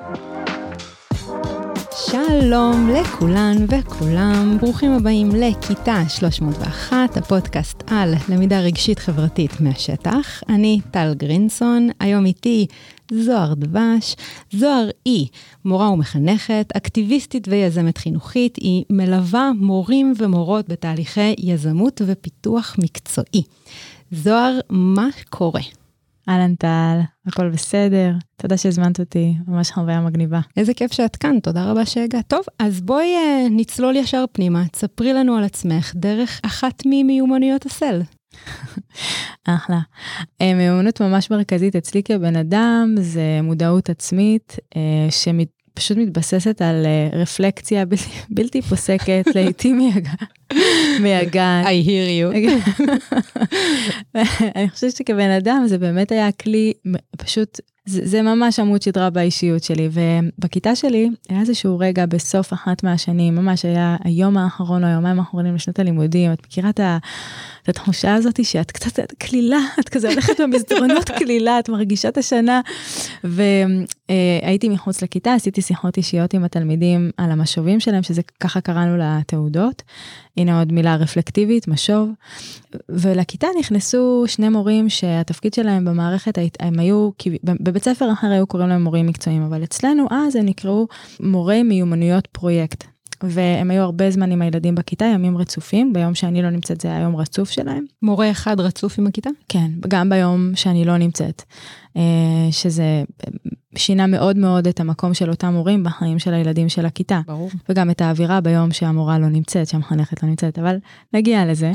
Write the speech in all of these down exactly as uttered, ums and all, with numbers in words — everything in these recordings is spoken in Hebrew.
שלום לכולן וכולם, ברוכים הבאים לכיתה שלוש מאות ואחת, הפודקאסט על למידה רגשית חברתית מהשטח. אני טל גרינסון, היום איתי זוהר דבש. זוהר היא מורה ומחנכת, אקטיביסטית ויזמת חינוכית, היא מלווה מורים ומורות בתהליכי יזמות ופיתוח מקצועי. זוהר, מה קורה? אהלן טל, הכל בסדר, תודה שהזמנת אותי, ממש חוויה מגניבה. איזה כיף שאת כאן, תודה רבה שהגעת. טוב, אז בואי uh, נצלול ישר פנימה, תספרי לנו על עצמך דרך אחת ממיומנויות הסל. אחלה. מיומנות ממש מרכזית אצלי כבן אדם, זה מודעות עצמית, שפשוט מתבססת על רפלקציה בלתי, בלתי פוסקת, לעתים מייגעת. I hear you. אני חושבת שכבן אדם זה באמת היה כלי פשוט, זה, זה ממש עמוד שדרה באישיות שלי, ובכיתה שלי היה איזשהו רגע בסוף אחת מהשנים, ממש היה היום האחרון או היומיים האחרונים לשנת הלימודים, את מכירה את ה... את התחושה הזאת שאת קצת כלילה, את כזה הולכת במסדרונות כלילה, את מרגישה את השנה, והייתי מחוץ לכיתה, עשיתי שיחות אישיות עם התלמידים על המשובים שלהם, שזה ככה קראנו לתעודות, הנה עוד מילה רפלקטיבית, משוב, ולכיתה נכנסו שני מורים שהתפקיד שלהם במערכת, הם היו, בבית ספר אחר היו קוראים להם מורים מקצועיים, אבל אצלנו אז הם נקראו מורי מיומנויות פרויקט. והם היו הרבה זמן עם הילדים בכיתה, ימים רצופים, ביום שאני לא נמצאת זה היום רצוף שלהם. מורה אחד רצוף עם הכיתה? כן, גם ביום שאני לא נמצאת, שזה שינה מאוד מאוד את המקום של אותם מורים בחיים של הילדים של הכיתה. ברור. וגם את האווירה ביום שהמורה לא נמצאת, שהמחנכת לא נמצאת, אבל נגיע לזה.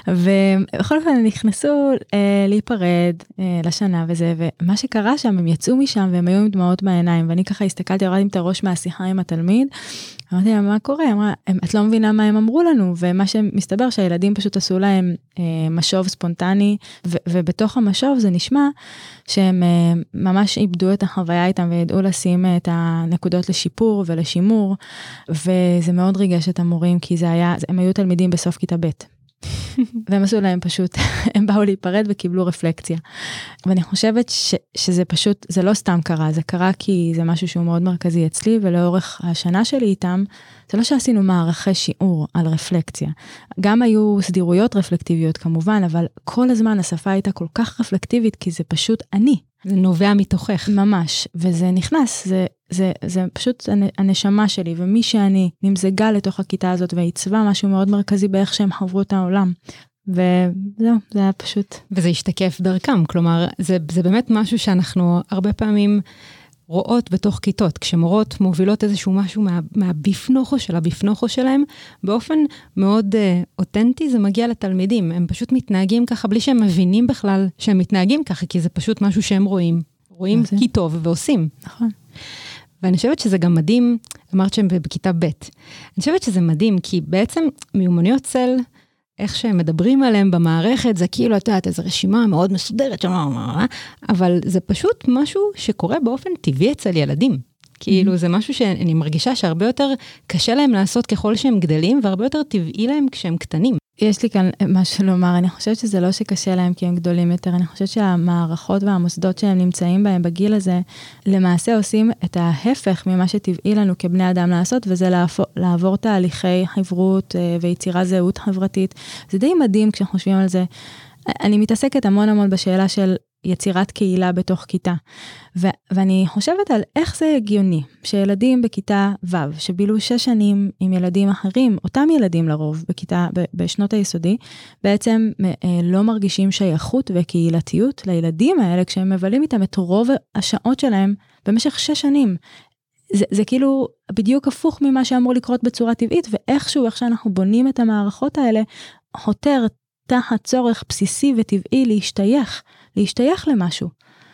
ובכל אופן הם נכנסו להיפרד לשנה וזה, ומה שקרה שם, הם יצאו משם והם היו עם דמעות בעיניים, ואני ככה הסתכלתי, הורדתי את הראש מהשיחה עם התלמיד, אמרתי לה, מה קורה? אמרה, את לא מבינה מה הם אמרו לנו, ומה שמסתבר שהילדים פשוט עשו להם אה, משוב ספונטני, ו- ובתוך המשוב זה נשמע שהם אה, ממש איבדו את החוויה איתם, וידעו לשים את הנקודות לשיפור ולשימור, וזה מאוד ריגש את המורים, כי זה היה, הם היו תלמידים בסוף כיתה ב'. והם עשו להם פשוט, הם באו להיפרד וקיבלו רפלקציה. ואני חושבת ש, שזה פשוט, זה לא סתם קרה, זה קרה כי זה משהו שהוא מאוד מרכזי אצלי, ולאורך השנה שלי איתם, זה לא שעשינו מערכי שיעור על רפלקציה. גם היו סדירויות רפלקטיביות כמובן, אבל כל הזמן השפה הייתה כל כך רפלקטיבית, כי זה פשוט אני. זה נובע מתוכך. ממש, וזה נכנס, זה, זה, זה פשוט הנשמה שלי, ומי שאני נמזגה לתוך הכיתה הזאת, והצבא משהו מאוד מרכזי באיך שהם חברו את העולם. וזהו, זה היה פשוט. וזה השתקף דרכם, כלומר, זה, זה באמת משהו שאנחנו הרבה פעמים רואות בתוך כיתות, כשמורות מובילות איזשהו משהו מה, מהביפנוכו של הביפנוכו שלהם, באופן מאוד uh, אותנטי, זה מגיע לתלמידים, הם פשוט מתנהגים ככה, בלי שהם מבינים בכלל שהם מתנהגים ככה, כי זה פשוט משהו שהם רואים, רואים כי טוב ועושים. נכון. ואני חושבת שזה גם מדהים, אמרת שהם בכיתה ב', אני חושבת שזה מדהים, כי בעצם מיומנויות סל, איך שהם מדברים עליהם במערכת, זה כאילו, את יודעת, איזו רשימה מאוד מסודרת, אבל זה פשוט משהו שקורה באופן טבעי אצל ילדים. כאילו, זה משהו שאני מרגישה שהרבה יותר קשה להם לעשות ככל שהם גדלים, והרבה יותר טבעי להם כשהם קטנים. יש לי כאן משהו לומר, אני חושבת שזה לא שקשה להם כי הם גדולים יותר, אני חושבת שהמערכות והמוסדות שהם נמצאים בהם בגיל הזה, למעשה עושים את ההפך ממה שטבעי לנו כבני אדם לעשות, וזה לעבור, לעבור תהליכי חברות ויצירה זהות חברתית. זה די מדהים כשחושבים על זה. אני מתעסקת המון המון בשאלה של יצירת קהילה בתוך כיתה. ו- ואני חושבת על איך זה הגיוני, שילדים בכיתה ו' שבילו שש שנים עם ילדים אחרים, אותם ילדים לרוב בכיתה, ב- בשנות היסודי, בעצם אה, לא מרגישים שייכות וקהילתיות לילדים האלה, כשהם מבלים איתם את רוב השעות שלהם במשך שש שנים. זה, זה כאילו בדיוק הפוך ממה שאמור לקרות בצורה טבעית, ואיכשהו, איך שאנחנו בונים את המערכות האלה, חותר תחת צורך בסיסי וטבעי להשתייך, להשתייך למשהו.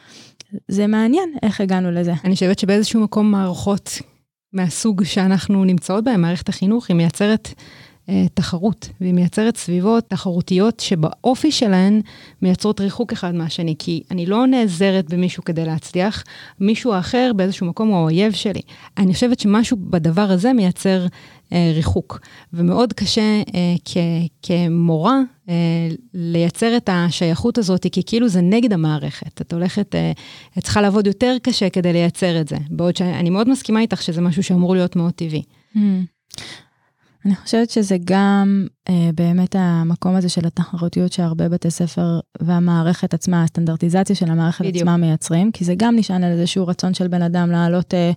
זה מעניין איך הגענו לזה. אני חושבת שבאיזשהו מקום מערכות מהסוג שאנחנו נמצאות בהם, מערכת החינוך, היא מייצרת תחרות, והיא מייצרת סביבות תחרותיות שבאופי שלהן מייצרות ריחוק אחד מהשני, כי אני לא נעזרת במישהו כדי להצליח, מישהו אחר באיזשהו מקום הוא האויב שלי. אני חושבת שמשהו בדבר הזה מייצר אה, ריחוק, ומאוד קשה אה, כ, כמורה אה, לייצר את השייכות הזאת, כי כאילו זה נגד המערכת. את הולכת, אה, את צריכה לעבוד יותר קשה כדי לייצר את זה, בעוד שאני מאוד מסכימה איתך שזה משהו שאמור להיות מאוד טבעי. Mm. אני חושבת שזה גם אה, באמת המקום הזה של התחרותיות שהרבה בתי ספר והמערכת עצמה, הסטנדרטיזציה של המערכת בדיוק. עצמה מייצרים, כי זה גם נשען על איזשהו רצון של בן אדם לעלות, אה,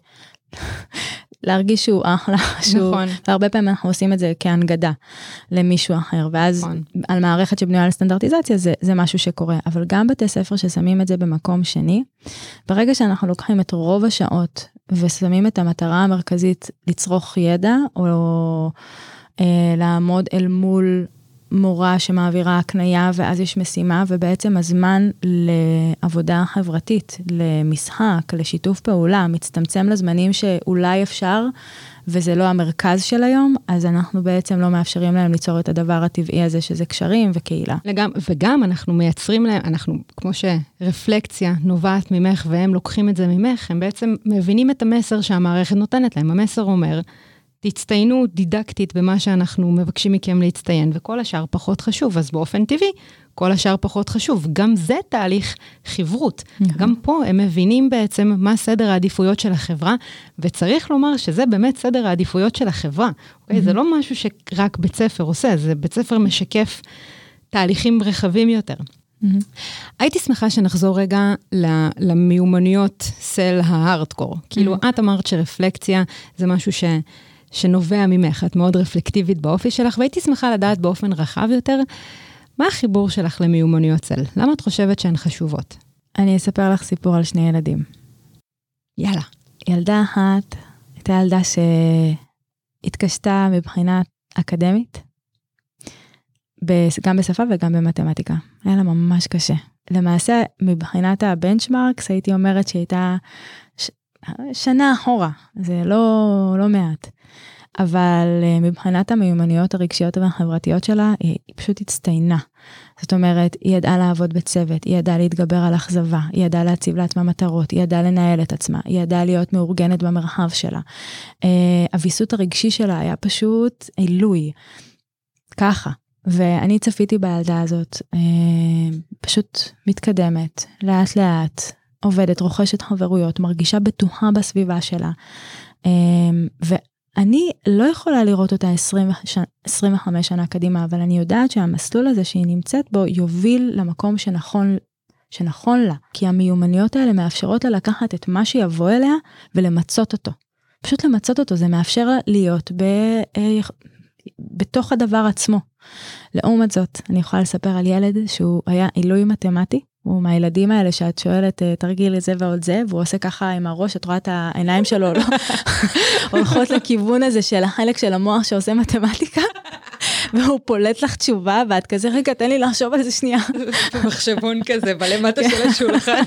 להרגיש שהוא אחלה, שהוא, נכון. והרבה פעמים אנחנו עושים את זה כהנגדה למישהו אחר, ואז נכון. על מערכת שבנויה על סטנדרטיזציה זה, זה משהו שקורה, אבל גם בתי ספר ששמים את זה במקום שני, ברגע שאנחנו לוקחים את רוב השעות, ושמים את המטרה המרכזית לצרוך ידע, או אה, לעמוד אל מול מורה שמעבירה הקנייה, ואז יש משימה, ובעצם הזמן לעבודה חברתית, למשחק, לשיתוף פעולה, מצטמצם לזמנים שאולי אפשר, וזה לא המרכז של היום, אז אנחנו בעצם לא מאפשרים להם ליצור את הדבר הטבעי הזה, שזה קשרים וקהילה. וגם, וגם אנחנו מייצרים להם, אנחנו, כמו שרפלקציה נובעת ממך, והם לוקחים את זה ממך, הם בעצם מבינים את המסר שהמערכת נותנת להם. המסר אומר, תצטיינו דידקטית במה שאנחנו מבקשים מכם להצטיין, וכל השאר פחות חשוב, אז באופן טבעי, כל השאר פחות חשוב. גם זה תהליך חברות. גם פה הם מבינים בעצם מה סדר העדיפויות של החברה, וצריך לומר שזה באמת סדר העדיפויות של החברה. אוקיי? זה לא משהו שרק בית ספר עושה, זה בית ספר משקף תהליכים רחבים יותר. הייתי שמחה שנחזור רגע למיומנויות סל ההארדקור. כאילו, את אמרת שרפלקציה זה משהו ש... שנובע ממך, את מאוד רפלקטיבית באופי שלך, והייתי שמחה לדעת באופן רחב יותר, מה החיבור שלך למיומנויות סל? למה את חושבת שהן חשובות? אני אספר לך סיפור על שני ילדים. יאללה. ילדה אחת, הייתה ילדה שהתקשתה מבחינה אקדמית, גם בשפה וגם במתמטיקה. היה לה ממש קשה. למעשה, מבחינת הבנצ'מרקס, הייתי אומרת שהייתה ש... שנה אחורה, זה לא, לא מעט. אבל מבחינת המיומנויות הרגשיות והחברתיות שלה, היא פשוט הצטיינה. זאת אומרת, היא ידעה לעבוד בצוות, היא ידעה להתגבר על אכזבה, היא ידעה להציב לעצמה מטרות, היא ידעה לנהל את עצמה, היא ידעה להיות מאורגנת במרחב שלה. הוויסות הרגשי שלה היה פשוט עילוי. ככה. ואני צפיתי בילדה הזאת, פשוט מתקדמת, לאט לאט, עובדת, רוכשת חברויות, מרגישה בטוחה בסביבה שלה. ואני לא יכולה לראות אותה עשרים וחמש שנה קדימה, אבל אני יודעת שהמסלול הזה שהיא נמצאת בו, יוביל למקום שנכון, שנכון לה. כי המיומנויות האלה מאפשרות לה לקחת את מה שיבוא אליה, ולמצות אותו. פשוט למצות אותו, זה מאפשר לה להיות ב... בתוך הדבר עצמו. לעומת זאת, אני יכולה לספר על ילד שהוא היה עילוי מתמטי, הוא מהילדים האלה שאת שואלת, תרגיל את זה ועוד זה, והוא עושה ככה עם הראש, את רואה את העיניים שלו, לא? הולכות לכיוון הזה של החלק של המוח שעושה מתמטיקה, והוא פולט לך תשובה, ואת כזה, רגע, תן לי לחשוב על זה שנייה. מחשבון כזה, בלמטה של השולחן.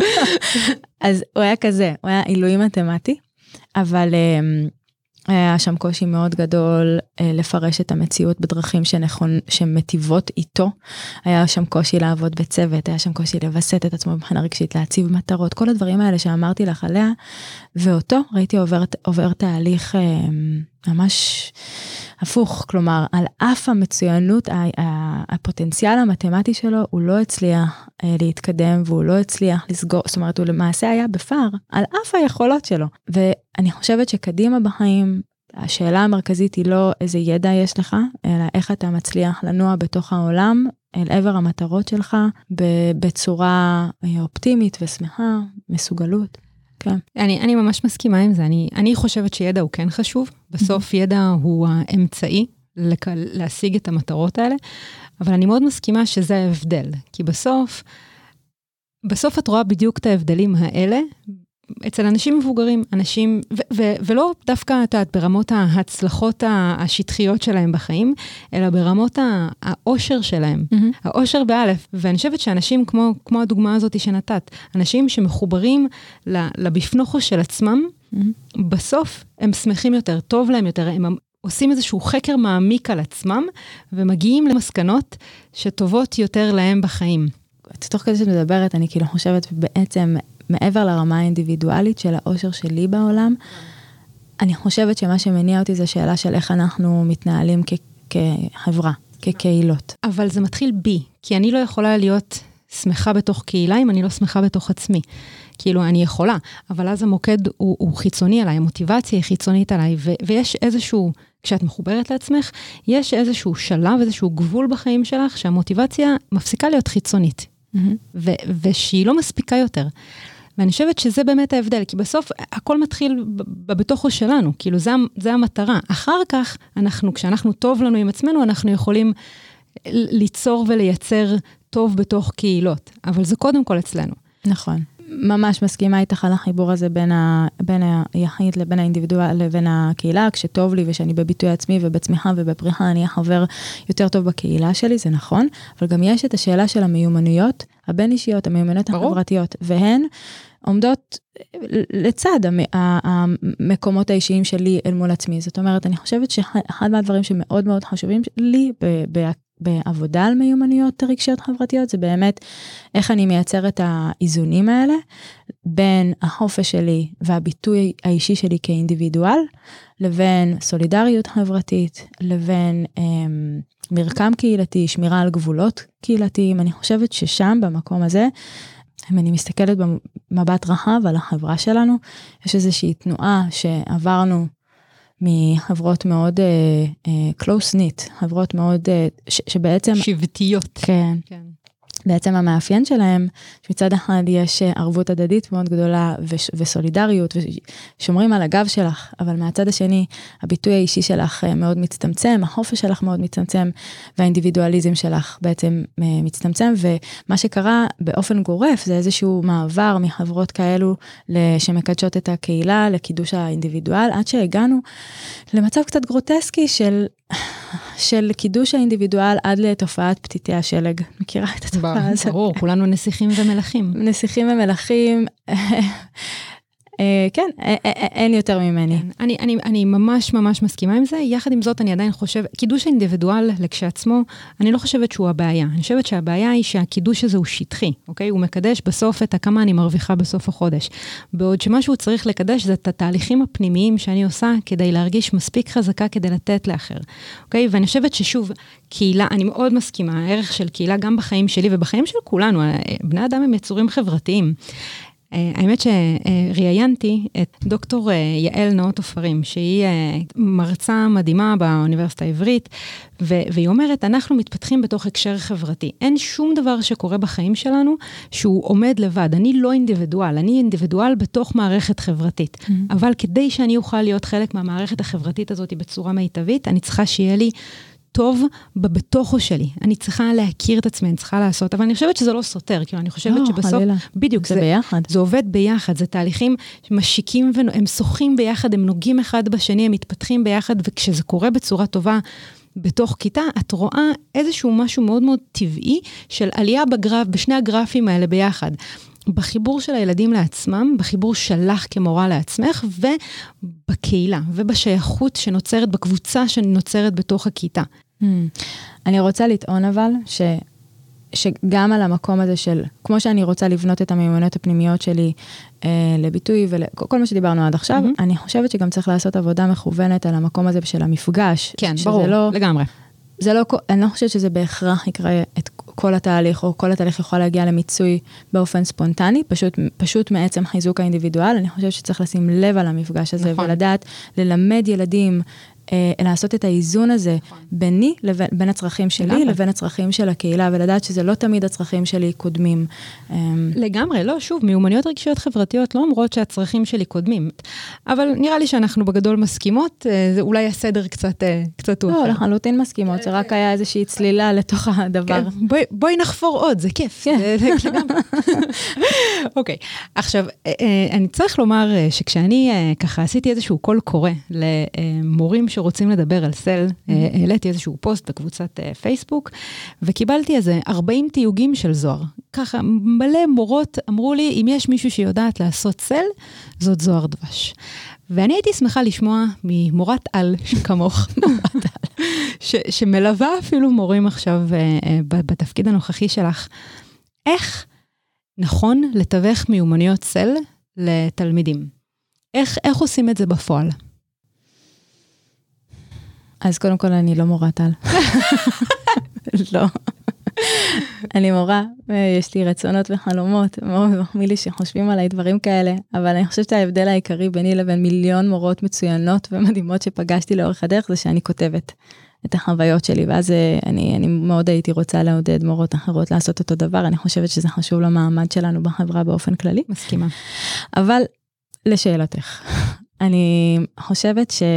אז הוא היה כזה, הוא היה עילוי מתמטי, אבל... היה שם קושי מאוד גדול לפרש את המציאות בדרכים שנכון, שמטיבות איתו. היה שם קושי לעבוד בצוות, היה שם קושי לבסט את עצמו מבחינה רגשית, להציב מטרות, כל הדברים האלה שאמרתי לך עליה, ואותו ראיתי עובר, עובר תהליך ממש הפוך, כלומר, על אף המצוינות, הפוטנציאל המתמטי שלו, הוא לא הצליח להתקדם, והוא לא הצליח לסגור, זאת אומרת, הוא למעשה היה בפער, על אף היכולות שלו. ואני חושבת שקדימה בחיים, השאלה המרכזית היא לא איזה ידע יש לך, אלא איך אתה מצליח לנוע בתוך העולם, אל עבר המטרות שלך, בצורה אופטימית ושמחה, מסוגלות. כן. אני, אני ממש מסכימה עם זה. אני, אני חושבת שידע הוא כן חשוב. בסוף ידע הוא האמצעי לק, להשיג את המטרות האלה, אבל אני מאוד מסכימה שזה ההבדל. כי בסוף, בסוף את רואה בדיוק את ההבדלים האלה, אצל אנשים מבוגרים, אנשים, ו- ו- ולא דווקא את ברמות ההצלחות השטחיות שלהם בחיים, אלא ברמות האושר שלהם, mm-hmm. האושר באלף. ואני חושבת שאנשים כמו, כמו הדוגמה הזאת שנתת, אנשים שמחוברים לבפנוכו של עצמם, mm-hmm. בסוף הם שמחים יותר, טוב להם יותר, הם עושים איזשהו חקר מעמיק על עצמם, ומגיעים למסקנות שטובות יותר להם בחיים. תוך כדי שאת מדברת, אני כאילו חושבת בעצם, מעבר לרמה האינדיבידואלית של האושר שלי בעולם, אני חושבת שמה שמניע אותי זה שאלה של איך אנחנו מתנהלים כ- כחברה, כקהילות. אבל זה מתחיל בי, כי אני לא יכולה להיות שמחה בתוך קהילה אם אני לא שמחה בתוך עצמי. כאילו, אני יכולה, אבל אז המוקד הוא, הוא חיצוני עליי, המוטיבציה היא חיצונית עליי, ו- ויש איזשהו, כשאת מחוברת לעצמך, יש איזשהו שלב, איזשהו גבול בחיים שלך, שהמוטיבציה מפסיקה להיות חיצונית, mm-hmm. ו- ושהיא לא מספיקה יותר. ואני חושבת שזה באמת ההבדל, כי בסוף הכל מתחיל בתוכו שלנו, כאילו זה, זה המטרה. אחר כך, אנחנו, כשאנחנו טוב לנו עם עצמנו, אנחנו יכולים ליצור ולייצר טוב בתוך קהילות, אבל זה קודם כל אצלנו. נכון. ממש מסכימה איתך על החיבור הזה בין, ה, בין היחיד לבין האינדיבידואל לבין הקהילה, כשטוב לי ושאני בביטוי עצמי ובצמיחה ובפריחה, אני אחבר יותר טוב בקהילה שלי, זה נכון, אבל גם יש את השאלה של המיומנויות, הבין אישיות, המיומנויות החברתיות, והן עומדות לצד המקומות האישיים שלי אל מול עצמי. זאת אומרת, אני חושבת שאחד מהדברים שמאוד מאוד חשובים לי בעבודה על מיומנויות רגשיות חברתיות, זה באמת איך אני מייצר את האיזונים האלה, בין החופש שלי והביטוי האישי שלי כאינדיבידואל, לבין סולידריות חברתית, לבין אמ, מרקם קהילתי, שמירה על גבולות קהילתיים. אני חושבת ששם, במקום הזה, אם אני מסתכלת במבט רחב על החברה שלנו, יש איזושהי תנועה שעברנו מחברות מאוד uh, uh, close knit, חברות מאוד, uh, ש- שבעצם... שבטיות. כן. כן. בעצם המאפיין שלהם, שמצד אחד יש ערבות הדדית מאוד גדולה וש- וסולידריות, ושומרים על הגב שלך, אבל מהצד השני, הביטוי האישי שלך מאוד מצטמצם, החופש שלך מאוד מצטמצם, והאינדיבידואליזם שלך בעצם מצטמצם, ומה שקרה באופן גורף, זה איזשהו מעבר מחברות כאלו, שמקדשות את הקהילה, לקידוש האינדיבידואל, עד שהגענו למצב קצת גרוטסקי של... של קידוש האינדיבידואל עד לתופעת פתיתי השלג. מכירה את התופעה הזאת? ברור, כולנו נסיכים ומלכים. נסיכים ומלכים, כן, אין יותר ממני. אני, אני, אני ממש ממש מסכימה עם זה, יחד עם זאת אני עדיין חושב, קידוש האינדיבידואל לכשעצמו, אני לא חושבת שהוא הבעיה, אני חושבת שהבעיה היא שהקידוש הזה הוא שטחי, אוקיי? הוא מקדש בסוף את כמה אני מרוויחה בסוף החודש, בעוד שמשהו צריך לקדש זה את התהליכים הפנימיים שאני עושה, כדי להרגיש מספיק חזקה כדי לתת לאחר, אוקיי? ואני חושבת ששוב, קהילה, אני מאוד מסכימה, הערך של קהילה גם בחיים שלי ובחיים של כולנו, בני אדם הם יצורים חברתיים, האמת שראיינתי את דוקטור יעל נאות עופרים, שהיא מרצה מדהימה באוניברסיטה העברית, והיא אומרת, אנחנו מתפתחים בתוך הקשר חברתי. אין שום דבר שקורה בחיים שלנו שהוא עומד לבד. אני לא אינדיבידואל, אני אינדיבידואל בתוך מערכת חברתית. Mm-hmm. אבל כדי שאני אוכל להיות חלק מהמערכת החברתית הזאת בצורה מיטבית, אני צריכה שיהיה לי טוב בבתוכו שלי. אני צריכה להכיר את עצמי, אני צריכה לעשות, אבל אני חושבת שזה לא סותר, כאילו אני חושבת לא, שבסוף, חלילה. בדיוק, זה, זה, ביחד. זה עובד ביחד, זה תהליכים משיקים, והם שוחים ביחד, הם נוגעים אחד בשני, הם מתפתחים ביחד, וכשזה קורה בצורה טובה, בתוך כיתה, את רואה איזשהו משהו מאוד מאוד טבעי, של עלייה בגרף, בשני הגרפים האלה ביחד. בחיבור של הילדים לעצמם, בחיבור שלך כמורה לעצמך, ובקהילה, ובשייכות שנוצרת, בקבוצה שנוצרת בתוך הכיתה. אני רוצה לטעון אבל, ש... שגם על המקום הזה של, כמו שאני רוצה לבנות את המיומנויות הפנימיות שלי אה, לביטוי, וכל מה שדיברנו עד עכשיו, mm-hmm. אני חושבת שגם צריך לעשות עבודה מכוונת על המקום הזה של המפגש. כן, ברור, לא, לגמרי. זה לא, אני לא חושבת שזה בהכרח יקרה את כל התהליך, או כל התהליך יכול להגיע למיצוי באופן ספונטני, פשוט, פשוט מעצם חיזוק האינדיבידואל. אני חושבת שצריך לשים לב על המפגש הזה, נכון. ולדעת ללמד ילדים, לעשות את האיזון הזה ביני, בין הצרכים שלי לבין הצרכים של הקהילה, ולדעת שזה לא תמיד הצרכים שלי קודמים. לגמרי, לא, שוב, מיומנויות רגשיות חברתיות לא אומרות שהצרכים שלי קודמים, אבל נראה לי שאנחנו בגדול מסכימות, זה אולי הסדר קצת, קצת הוא אחר. לא, לחלוטין מסכימות, זה רק היה איזושהי צלילה לתוך הדבר. בואי נחפור עוד, זה כיף. אוקיי, עכשיו, אני צריך לומר שכשאני ככה עשיתי איזשהו קול קורא למורים שרוצים לדבר על סל, העליתי איזשהו פוסט בקבוצת פייסבוק, וקיבלתי איזה ארבעים תיוגים של זוהר. ככה, מלא מורות אמרו לי, אם יש מישהו שיודעת לעשות סל, זאת זוהר דבש. ואני הייתי שמחה לשמוע ממורת על שכמוך, ש, שמלווה אפילו מורים עכשיו בתפקיד הנוכחי שלך, איך נכון לתווך מיומנויות סל לתלמידים? איך, איך עושים את זה בפועל? אז קודם כל אני לא מורת על. לא. אני מורה, ויש לי רצונות וחלומות, מאוד מחמיא לי שחושבים עליי דברים כאלה, אבל אני חושבת שההבדל העיקרי ביני לבין מיליון מורות מצוינות ומדהימות שפגשתי לאורך הדרך, זה שאני כותבת את החוויות שלי, ואז אני, אני מאוד הייתי רוצה לעודד מורות אחרות לעשות אותו דבר, אני חושבת שזה חשוב למעמד שלנו בחברה באופן כללי. מסכימה. אבל לשאלתך, אני חושבת ש...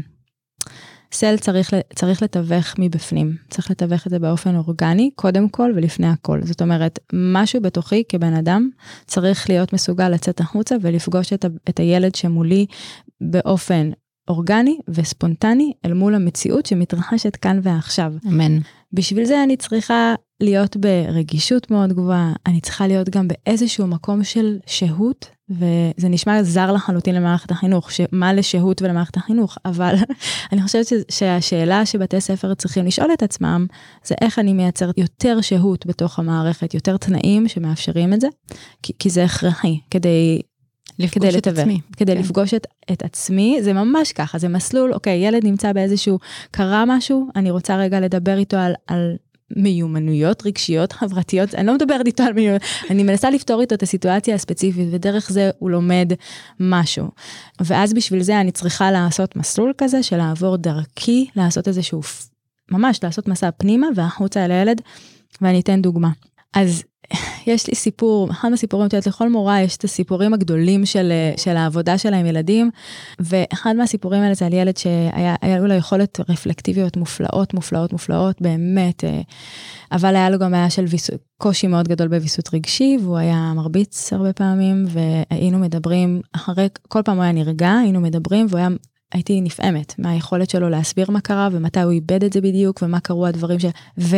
סל צריך, צריך לתווך מבפנים, צריך לתווך את זה באופן אורגני, קודם כל ולפני הכל. זאת אומרת, משהו בתוכי כבן אדם צריך להיות מסוגל לצאת החוצה ולפגוש את, ה, את הילד שמולי באופן אורגני וספונטני אל מול המציאות שמתרחשת כאן ועכשיו. אמן. בשביל זה אני צריכה להיות ברגישות מאוד גבוהה, אני צריכה להיות גם באיזשהו מקום של שהות, וזה נשמע זר לחלוטין למערכת החינוך, מה לשהות ולמערכת החינוך, אבל אני חושבת שהשאלה שבתי ספר צריכים לשאול את עצמם, זה איך אני מייצרת יותר שהות בתוך המערכת, יותר תנאים שמאפשרים את זה, כי, כי זה הכרחי, כדי... לפגוש את עצמי. כדי כן. לפגוש את, את עצמי, זה ממש ככה, זה מסלול, אוקיי, ילד נמצא באיזשהו, קרה משהו, אני רוצה רגע לדבר איתו על, על מיומנויות רגשיות, חברתיות, אני לא מדברת איתו על מיומנויות, אני מנסה לפתור איתו את הסיטואציה הספציפית, ודרך זה הוא לומד משהו. ואז בשביל זה אני צריכה לעשות מסלול כזה, של לעבור דרכי, לעשות איזשהו, ממש לעשות מסע פנימה, והחוצה אל הילד, ואני אתן דוגמה. אז יש לי סיפור, אחד מהסיפורים, לכל מורה יש את הסיפורים הגדולים של, של העבודה שלה עם ילדים, ואחד מהסיפורים האלה זה על ילד שהיה לו יכולת רפלקטיביות מופלאות, מופלאות, מופלאות, באמת, אבל היה לו גם היה של ויסות, קושי מאוד גדול בוויסות רגשי, והוא היה מרביץ הרבה פעמים, והיינו מדברים, אחרי, כל פעם הוא היה נרגע, היינו מדברים, והוא היה, הייתי נפעמת מהיכולת שלו להסביר מה קרה, ומתי הוא איבד את זה בדיוק, ומה קרו הדברים של, ו...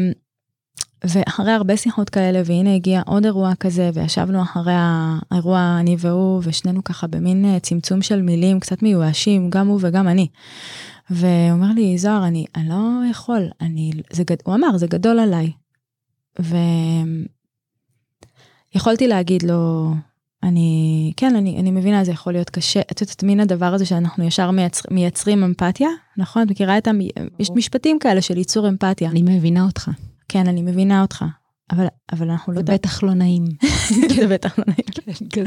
ואחרי הרבה שיחות כאלה, והנה הגיע עוד אירוע כזה, וישבנו אחרי האירוע אני והוא, ושנינו ככה במין צמצום של מילים, קצת מיואשים, גם הוא וגם אני. והוא אומר לי, זוהר, אני, אני לא יכול, אני, זה, הוא אמר, זה גדול עליי. ויכולתי להגיד לו, אני, כן, אני, אני מבינה, זה יכול להיות קשה, את יודעת, מין הדבר הזה שאנחנו ישר מייצר, מייצרים אמפתיה, נכון? את מכירה את, יש משפטים כאלה של ייצור אמפתיה. אני מבינה אותך. כן, אני מבינה אותך, אבל, אבל אנחנו לא... זה בטח לא נעים. זה בטח לא נעים.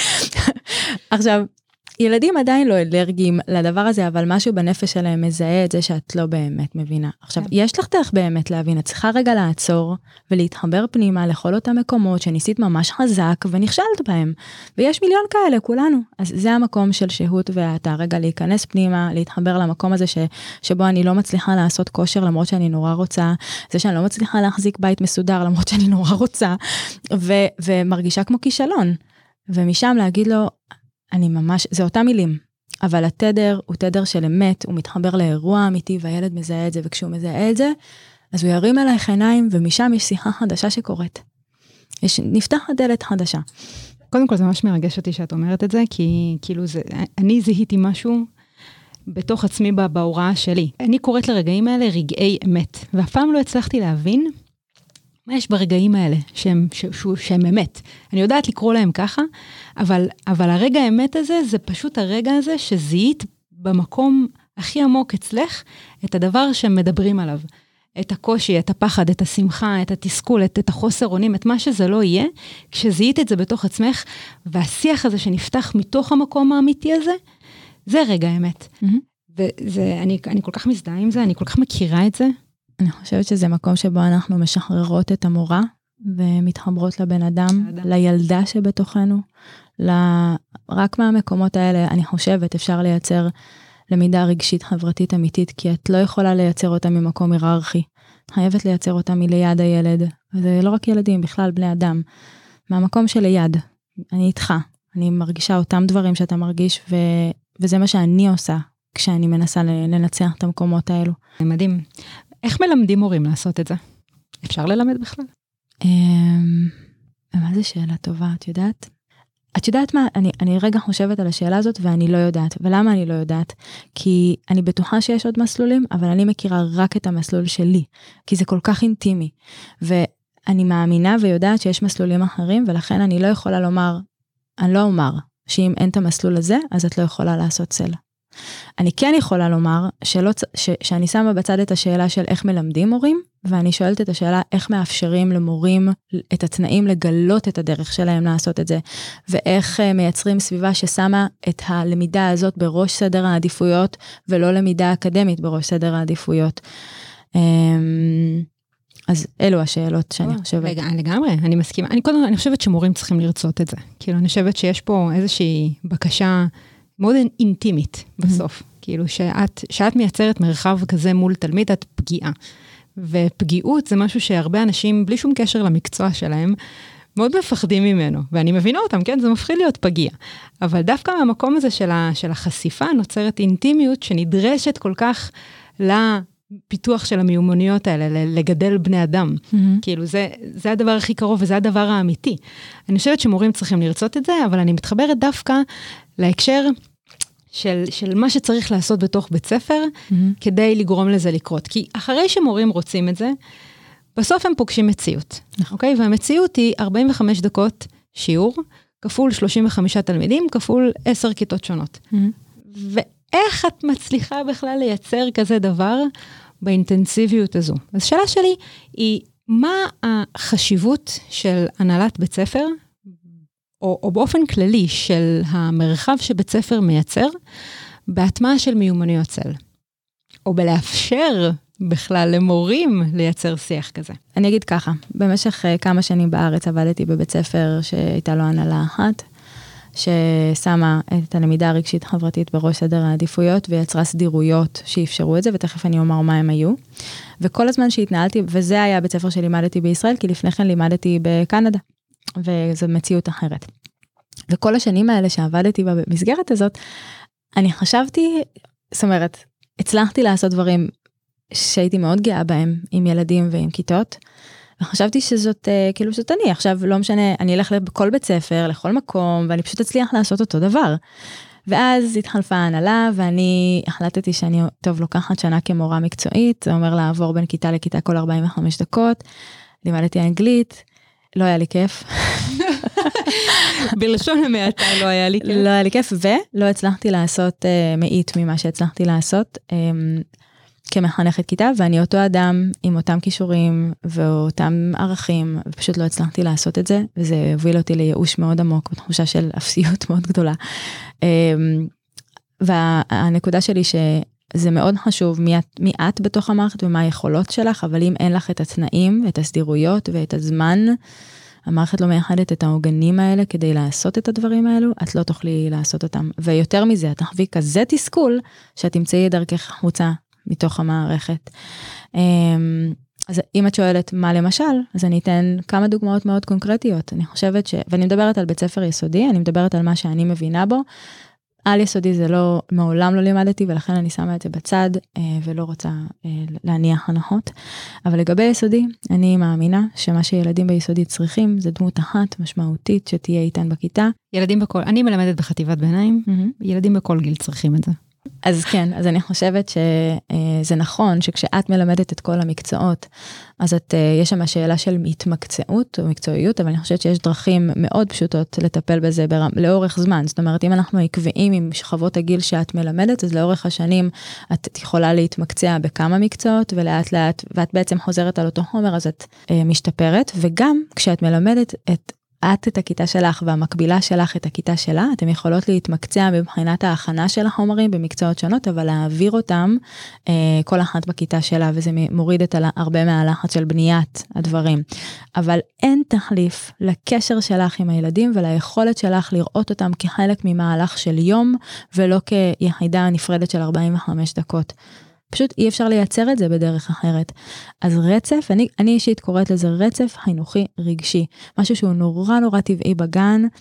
עכשיו, ילדים עדיין לא אלרגיים לדבר הזה, אבל משהו בנפש שלהם מזהה את זה שאת לא באמת מבינה. עכשיו, יש לך דרך באמת להבין, את צריכה רגע לעצור ולהתחבר פנימה לכל אותם מקומות שניסית ממש חזק ונכשלת בהם. ויש מיליון כאלה, כולנו. אז זה המקום של שהות ואתה רגע להיכנס פנימה, להתחבר למקום הזה ש, שבו אני לא מצליחה לעשות כושר למרות שאני נורא רוצה, זה שאני לא מצליחה להחזיק בית מסודר למרות שאני נורא רוצה, ו, ומרגישה כמו כישלון. ומשם להגיד לו, אני ממש, זה אותם מילים, אבל התדר הוא תדר של אמת, הוא מתחבר לאירוע אמיתי, והילד מזהה את זה, וכשהוא מזהה את זה, אז הוא ירים אלייך עיניים, ומשם יש שיחה חדשה שקורית. יש, נפתח הדלת חדשה. קודם כל זה ממש מרגש אותי שאת אומרת את זה, כי כאילו זה, אני זיהיתי משהו בתוך עצמי בהוראה שלי. אני קוראת לרגעים האלה רגעי אמת, ואף פעם לא הצלחתי להבין מה יש ברגעים האלה, שהם, ש, ש, שהם אמת. אני יודעת לקרוא להם ככה, אבל, אבל הרגע האמת הזה, זה פשוט הרגע הזה שזיהית במקום הכי עמוק אצלך, את הדבר שהם מדברים עליו. את הקושי, את הפחד, את השמחה, את התסכול, את, את החוסר אונים, את מה שזה לא יהיה, כשזיהית את זה בתוך עצמך, והשיח הזה שנפתח מתוך המקום האמיתי הזה, זה רגע האמת. Mm-hmm. וזה, אני, אני כל כך מזדהה עם זה, אני כל כך מכירה את זה, אני חושבת שזה מקום שבו אנחנו משחררות את המורה, ומתחברות לבן אדם, לילדה שבתוכנו, רק מהמקומות האלה, אני חושבת, אפשר לייצר למידה רגשית חברתית אמיתית, כי את לא יכולה לייצר אותה ממקום היררכי, חייבת לייצר אותה מליד הילד, וזה לא רק ילדים, בכלל בני אדם, מהמקום שליד, אני איתך, אני מרגישה אותם דברים שאתה מרגיש, ו... וזה מה שאני עושה, כשאני מנסה לנצח את המקומות האלו. זה מדהים. איך מלמדים מורים לעשות את זה? אפשר ללמד בכלל? מה זה שאלה טובה, את יודעת? את יודעת מה, אני, אני רגע חושבת על השאלה הזאת, ואני לא יודעת. ולמה אני לא יודעת? כי אני בטוחה שיש עוד מסלולים, אבל אני מכירה רק את המסלול שלי, כי זה כל כך אינטימי. ואני מאמינה ויודעת שיש מסלולים אחרים, ולכן אני לא יכולה לומר, אני לא אומר, שאם אין את המסלול הזה, אז את לא יכולה לעשות צל. אני כן יכולה לומר, שלא, ש, שאני שמה בצד את השאלה של איך מלמדים מורים, ואני שואלת את השאלה איך מאפשרים למורים את התנאים לגלות את הדרך שלהם לעשות את זה, ואיך מייצרים סביבה ששמה את הלמידה הזאת בראש סדר העדיפויות, ולא למידה אקדמית בראש סדר העדיפויות. אז אלו השאלות שאני חושבת. לגמרי, אני מסכימה. אני קודם, אני חושבת שמורים צריכים לרצות את זה. כאילו, אני חושבת שיש פה איזושהי בקשה מאוד אינטימית בסוף. כאילו, שאת, שאת מייצרת מרחב כזה מול תלמיד, את פגיעה. ופגיעות זה משהו שהרבה אנשים, בלי שום קשר למקצוע שלהם, מאוד מפחדים ממנו. ואני מבינה אותם, כן? זה מפחיד להיות פגיע. אבל דווקא מהמקום הזה של, ה, של החשיפה, נוצרת אינטימיות שנדרשת כל כך לפיתוח של המיומנויות האלה, לגדל בני אדם. Mm-hmm. כאילו, זה, זה הדבר הכי קרוב, וזה הדבר האמיתי. אני חושבת שמורים צריכים לרצות את זה, אבל אני מתחברת דווקא להקשר של, של מה שצריך לעשות בתוך בית ספר, mm-hmm. כדי לגרום לזה לקרות. כי אחרי שמורים רוצים את זה, בסוף הם פוגשים מציאות. אוקיי? והמציאות היא ארבעים וחמש דקות שיעור, כפול שלושים וחמישה תלמידים, כפול עשר כיתות שונות. Mm-hmm. ואיך את מצליחה בכלל לייצר כזה דבר באינטנסיביות הזו? אז השאלה שלי היא, מה החשיבות של הנהלת בית ספר, או, או באופן כללי של המרחב שבית ספר מייצר, בהטמעה של מיומנויות צל? או בלאפשר בכלל למורים לייצר שיח כזה? אני אגיד ככה, במשך כמה שנים בארץ עבדתי בבית ספר שהייתה לו הנהלה אחת, ששמה את הלמידה הרגשית חברתית בראש סדר העדיפויות, ויצרה סדירויות שאפשרו את זה, ותכף אני אומר מה הם היו. וכל הזמן שהתנהלתי, וזה היה בית ספר שלימדתי בישראל, כי לפני כן לימדתי בקנדה, וזו מציאות אחרת. וכל השנים האלה שעבדתי במסגרת הזאת, אני חשבתי, זאת אומרת, הצלחתי לעשות דברים שהייתי מאוד גאה בהם, עם ילדים ועם כיתות, וחשבתי שזאת, כאילו זאת אני, עכשיו לא משנה, אני אלך לכל בית ספר, לכל מקום, ואני פשוט אצליח לעשות אותו דבר. ואז התחלפה ההנהלה, ואני החלטתי שאני, טוב, לוקחת שנה כמורה מקצועית, זה אומר לעבור בין כיתה לכיתה כל ארבעים וחמש דקות, לימדתי אנגלית, לא היה לי כיף. בלשון המעטה לא היה לי כיף. לא היה לי כיף, ולא הצלחתי לעשות מאית ממה שהצלחתי לעשות, כמחנכת כיתה, ואני אותו אדם עם אותם כישורים ואותם ערכים, ופשוט לא הצלחתי לעשות את זה, וזה הוביל אותי לייאוש מאוד עמוק, בתחושה של אפסיות מאוד גדולה. והנקודה שלי שזה מאוד חשוב מי את, מי את בתוך המערכת ומה היכולות שלך, אבל אם אין לך את התנאים, את הסדירויות ואת הזמן, המערכת לא מייחדת את העוגנים האלה כדי לעשות את הדברים האלו, את לא תוכלי לעשות אותם. ויותר מזה, את תחווי כזה תסכול, שאת תמצאי דרכך החוצה מתוך המערכת. אז אם את שואלת מה למשל, אז אני אתן כמה דוגמאות מאוד קונקרטיות. אני חושבת ש... ואני מדברת על בית ספר יסודי, אני מדברת על מה שאני מבינה בו. על יסודי זה לא, מעולם לא לימדתי, ולכן אני שמה את זה בצד, ולא רוצה להניח הנחות. אבל לגבי יסודי, אני מאמינה שמה שילדים ביסודי צריכים, זה דמות אחת משמעותית שתהיה איתן בכיתה. ילדים בכל, אני מלמדת בחטיבת ביניים, mm-hmm. ילדים בכל גיל צריכים את זה. אז כן, אז אני חושבת שזה נכון שכשאת מלמדת את כל המקצועות, אז את, יש שם השאלה של התמקצעות או מקצועיות, אבל אני חושבת שיש דרכים מאוד פשוטות לטפל בזה ברם, לאורך זמן. זאת אומרת, אם אנחנו עקביים עם שכבות הגיל שאת מלמדת, אז לאורך השנים את יכולה להתמקצע בכמה מקצועות, ולאט לאט, ואת בעצם חוזרת על אותו חומר, אז את אה, משתפרת, וגם כשאת מלמדת את את את הכיתה שלך והמקבילה שלך את הכיתה שלה, אתם יכולות להתמקצע מבחינת ההכנה של החומרים במקצועות שונות, אבל להעביר אותם אה, כל אחת בכיתה שלה, וזה מוריד את הרבה מהלחץ של בניית הדברים. אבל אין תחליף לקשר שלך עם הילדים, וליכולת שלך לראות אותם כחלק ממהלך של יום, ולא כיחידה נפרדת של ארבעים וחמש דקות. פשוט אי אפשר לייצר את זה בדרך אחרת. אז רצף, אני, אני אישית קוראת לזה רצף חינוכי רגשי, משהו שהוא נורא נורא טבעי בגן,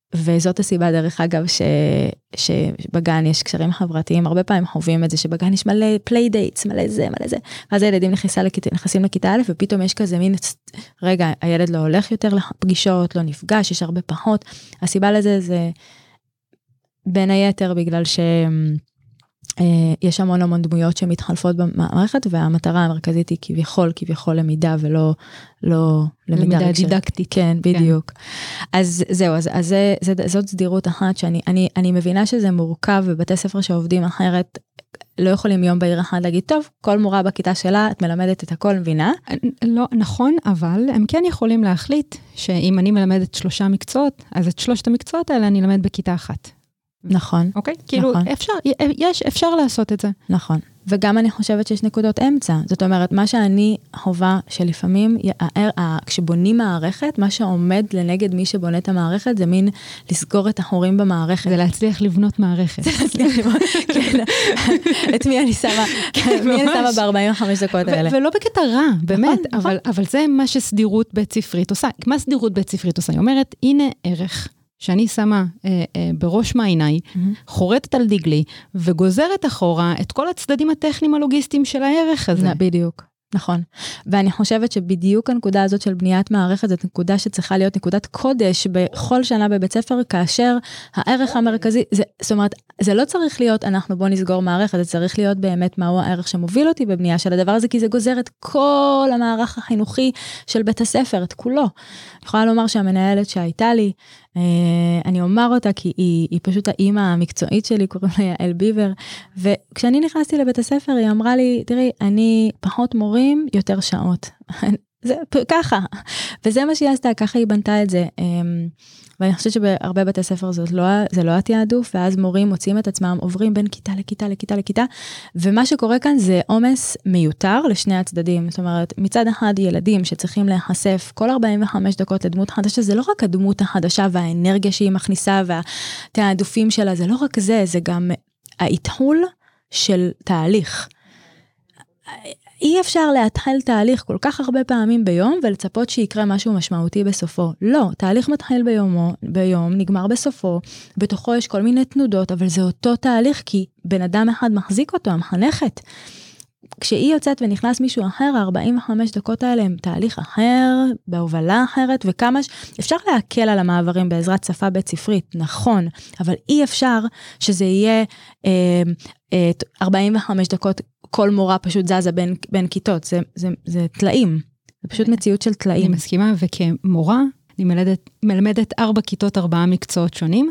וזאת הסיבה דרך אגב ש, שבגן יש קשרים חברתיים, הרבה פעמים חווים את זה שבגן יש מלא פליי דייטס, מלא זה, מלא זה, ואז הילדים נכנסים לכיתה, נכנסים לכיתה א' ופתאום יש כזה מין, רגע, הילד לא הולך יותר לפגישות, לא נפגש, יש הרבה פחות, הסיבה לזה זה בין היתר בגלל ש... יש המון המון דמויות שמתחלפות במערכת, והמטרה המרכזית היא כביכול, כביכול למידה, ולא לא למידה דידקטית. כן, בדיוק. כן. אז זהו, אז, אז זה, זה, זאת סדירות אחת שאני אני, אני מבינה שזה מורכב, ובתי ספר שעובדים אחרת, לא יכולים יום בהיר אחד להגיד, טוב, כל מורה בכיתה שלה, את מלמדת את הכל, מבינה? לא, נכון, אבל הם כן יכולים להחליט, שאם אני מלמדת שלושה מקצועות, אז את שלושת המקצועות האלה אני אלמד בכיתה אחת. נכון. אוקיי? כאילו, אפשר, יש, אפשר לעשות את זה. נכון. וגם אני חושבת שיש נקודות אמצע. זאת אומרת, מה שאני חובה שלפעמים, כשבונים מערכת, מה שעומד לנגד מי שבונה את המערכת, זה מין לסגור את החורים במערכת. זה להצליח לבנות מערכת. זה להצליח לבנות, כן. את מי אני שמה, מי אני שמה ב-ארבעים וחמש דקות האלה. ולא בקטע רע, באמת, אבל זה מה שסדירות בית ספרית עושה. מה סדירות בית ספרית עושה? היא אומרת, הנה ערך. שאני שמה אה, אה, בראש מעיניי, mm-hmm. חורטת על דגלי, וגוזרת אחורה את כל הצדדים הטכניים הלוגיסטיים של הערך הזה. בדיוק, נכון. ואני חושבת שבדיוק הנקודה הזאת של בניית מערכת, זאת נקודה שצריכה להיות נקודת קודש בכל שנה בבית ספר, כאשר הערך המרכזי, זה, זאת אומרת, זה לא צריך להיות, אנחנו בוא נסגור מערכת, זה צריך להיות באמת מהו הערך שמוביל אותי בבנייה של הדבר הזה, כי זה גוזר את כל המערך החינוכי של בית הספר, את כולו. אני יכולה לומר שהמנהלת שהייתה לי, אני אומר אותה כי היא, היא פשוט האימא המקצועית שלי, קוראים לה יעל ביבר, וכשאני נכנסתי לבית הספר היא אמרה לי, תראי, אני פחות מורים, יותר שעות. זה ככה, וזה מה שהיא עשתה, ככה היא בנתה את זה, ואני חושבת שבהרבה בתי ספר זאת לא, זה לא התיעדוף, ואז מורים מוצאים את עצמם, עוברים בין כיתה לכיתה לכיתה לכיתה, ומה שקורה כאן זה עומס מיותר לשני הצדדים, זאת אומרת, מצד אחד ילדים שצריכים להיחשף כל ארבעים וחמש דקות לדמות חדשה, זה לא רק הדמות החדשה והאנרגיה שהיא מכניסה, והתיעדופים שלה, זה לא רק זה, זה גם ההתחול של תהליך. אי אפשר להתחיל תהליך כל כך הרבה פעמים ביום, ולצפות שיקרה משהו משמעותי בסופו. לא, תהליך מתחיל ביומו, ביום, נגמר בסופו, בתוכו יש כל מיני תנודות, אבל זה אותו תהליך, כי בן אדם אחד מחזיק אותו, המחנכת. כשהיא יוצאת ונכנס מישהו אחר, ה-ארבעים וחמש דקות האלה הם תהליך אחר, בהובלה אחרת, וכמה ש... אפשר להקל על המעברים בעזרת שפה בית ספרית, נכון, אבל אי אפשר שזה יהיה אה, אה, ארבעים וחמש דקות, כל מורה פשוט זזה בין, בין כיתות, זה, זה, זה תלאים, זה פשוט מציאות של תלאים. אני מסכימה, וכמורה, אני מלמדת, מלמדת ארבע כיתות, ארבעה מקצועות שונים,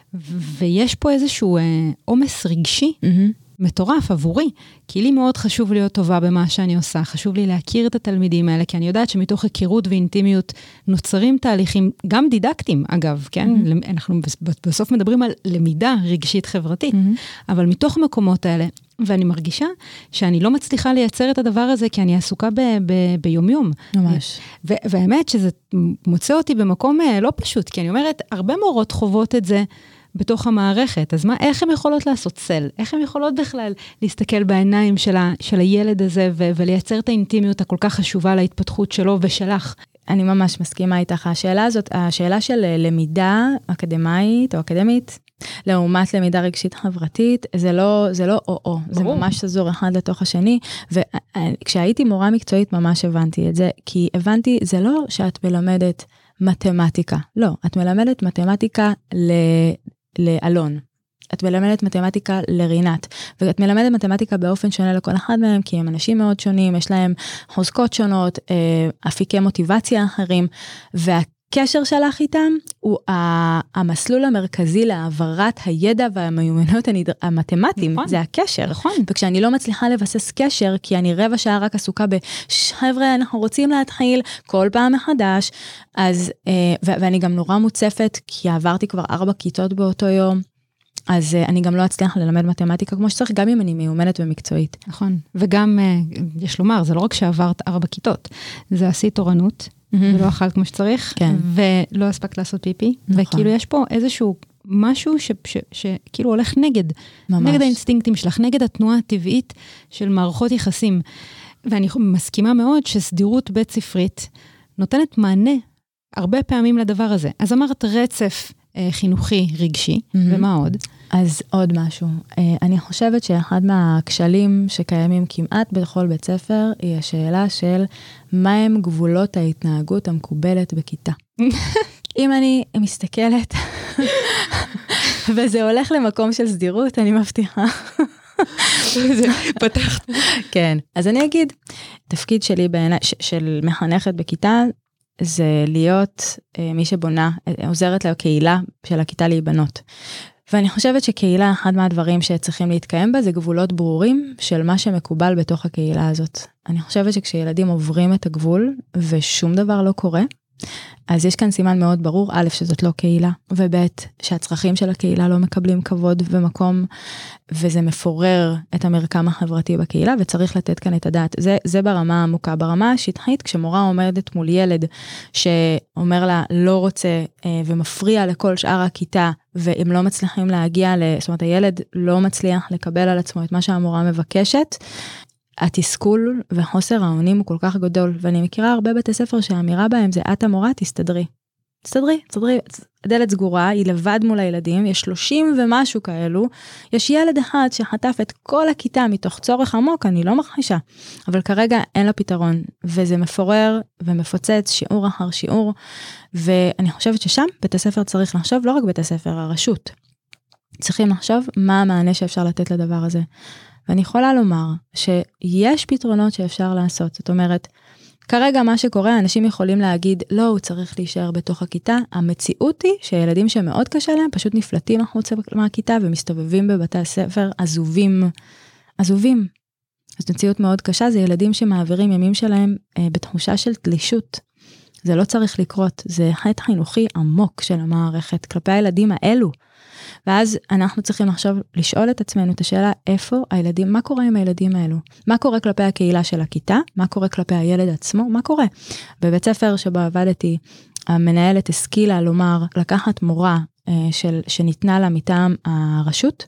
ויש פה איזשהו אה, עומס רגשי, mm-hmm. מטורף עבורי, כי לי מאוד חשוב להיות טובה במה שאני עושה, חשוב לי להכיר את התלמידים האלה, כי אני יודעת שמתוך היכרות ואינטימיות נוצרים תהליכים, גם דידקטיים אגב, כן? Mm-hmm. אנחנו בסוף מדברים על למידה רגשית חברתית, mm-hmm. אבל מתוך המקומות האלה, ואני מרגישה שאני לא מצליחה לייצר את הדבר הזה, כי אני עסוקה ב- ב- ביומיום. ממש. ו- והאמת שזה מוצא אותי במקום לא פשוט, כי אני אומרת, הרבה מורות חוות את זה, בתוך המערכת, אז מה, איך הן יכולות לעשות צל? איך הן יכולות בכלל להסתכל בעיניים של, ה, של הילד הזה, ו, ולייצר את האינטימיות הכל כך חשובה להתפתחות שלו ושלך? אני ממש מסכימה איתך. השאלה הזאת, השאלה של למידה אקדמאית או אקדמית, לעומת למידה רגשית חברתית, זה לא, זה לא או-או, זה ממש שזור אחד לתוך השני, וכשהייתי מורה מקצועית ממש הבנתי את זה, כי הבנתי, זה לא שאת מלמדת מתמטיקה, לא, את מלמדת מתמטיקה ל... לאלון. את מלמדת מתמטיקה לרינת, ואת מלמדת מתמטיקה באופן שונה לכל אחד מהם, כי הם אנשים מאוד שונים, יש להם חוזקות שונות, אפיקי מוטיבציה אחרים, והקשר שלך איתם הוא המסלול המרכזי להעברת הידע והמיומנויות המתמטיים, נכון, זה הקשר. נכון. וכשאני לא מצליחה לבסס קשר, כי אני רבע שעה רק עסוקה בחבר'ה, אנחנו רוצים להתחיל כל פעם מחדש, אז, ואני גם נורא מוצפת, כי עברתי כבר ארבע כיתות באותו יום, אז אני גם לא אצליח ללמד מתמטיקה כמו שצריך, גם אם אני מיומנת ומקצועית. נכון, וגם, יש לומר, זה לא רק שעברת ארבע כיתות, זה עשית תורנות, ולא אכלת כמו שצריך, ולא הספקת לעשות פיפי, וכאילו יש פה איזשהו משהו שכאילו הולך נגד, נגד האינסטינקטים שלך, נגד התנועה הטבעית של מערכות יחסים. ואני מסכימה מאוד שסדירות בית ספרית נותנת מענה הרבה פעמים לדבר הזה. אז אמרת רצף חינוכי רגשי, ומה עוד? אז עוד משהו. אני חושבת שאחד מהכשלים שקיימים כמעט בכל בית ספר, היא השאלה של מהם גבולות ההתנהגות המקובלת בכיתה. אם אני מסתכלת, וזה הולך למקום של סדירות, אני מבטיחה. זה פתחת. כן, אז אני אגיד, תפקיד שלי בעיניי, של מחנכת בכיתה, זה להיות מי שבונה, עוזרת לקהילה של הכיתה להיבנות. ואני חושבת שקהילה, אחד מהדברים שצריכים להתקיים בה, זה גבולות ברורים של מה שמקובל בתוך הקהילה הזאת. אני חושבת שכשילדים עוברים את הגבול, ושום דבר לא קורה, אז יש כאן סימן מאוד ברור, א', שזאת לא קהילה, וב', שהצרכים של הקהילה לא מקבלים כבוד ומקום, וזה מפורר את המרקם החברתי בקהילה, וצריך לתת כאן את הדעת. זה, זה ברמה העמוקה. ברמה השטחית, כשמורה עומדת מול ילד, שאומר לה לא רוצה, ומפריע לכל שאר הכיתה, והם לא מצליחים להגיע, זאת אומרת, הילד לא מצליח לקבל על עצמו את מה שהמורה מבקשת, התסכול וחוסר האונים הוא כל כך גדול, ואני מכירה הרבה בתי ספר שהאמירה בהם זה, את המורה, תסתדרי. תסתדרי, תסתדרי, הדלת סגורה, היא לבד מול הילדים, יש שלושים ומשהו כאלו, יש ילד אחד שחטף את כל הכיתה מתוך צורך עמוק, אני לא מכחישה, אבל כרגע אין לה פתרון, וזה מפורר ומפוצץ שיעור אחר שיעור, ואני חושבת ששם בית הספר צריך לחשוב, לא רק בית הספר, הרשות, צריכים לחשוב מה המענה שאפשר לתת לדבר הזה. ואני יכולה לומר שיש פתרונות שאפשר לעשות. זאת אומרת, כרגע מה שקורה, אנשים יכולים להגיד, לא, הוא צריך להישאר בתוך הכיתה. המציאות היא שילדים שמאוד קשה להם, פשוט נפלטים החוצה מהכיתה, ומסתובבים בבתי הספר עזובים. עזובים. אז מציאות מאוד קשה, זה ילדים שמעבירים ימים שלהם אה, בתחושה של תלישות. זה לא צריך לקרות, זה חטא חינוכי עמוק של המערכת, כלפי הילדים האלו. ואז אנחנו צריכים עכשיו לשאול את עצמנו את השאלה, איפה הילדים, מה קורה עם הילדים האלו? מה קורה כלפי הקהילה של הכיתה? מה קורה כלפי הילד עצמו? מה קורה? בבית ספר שבו עבדתי, המנהלת השכילה לומר, לקחת מורה של, שניתנה לה מטעם הרשות,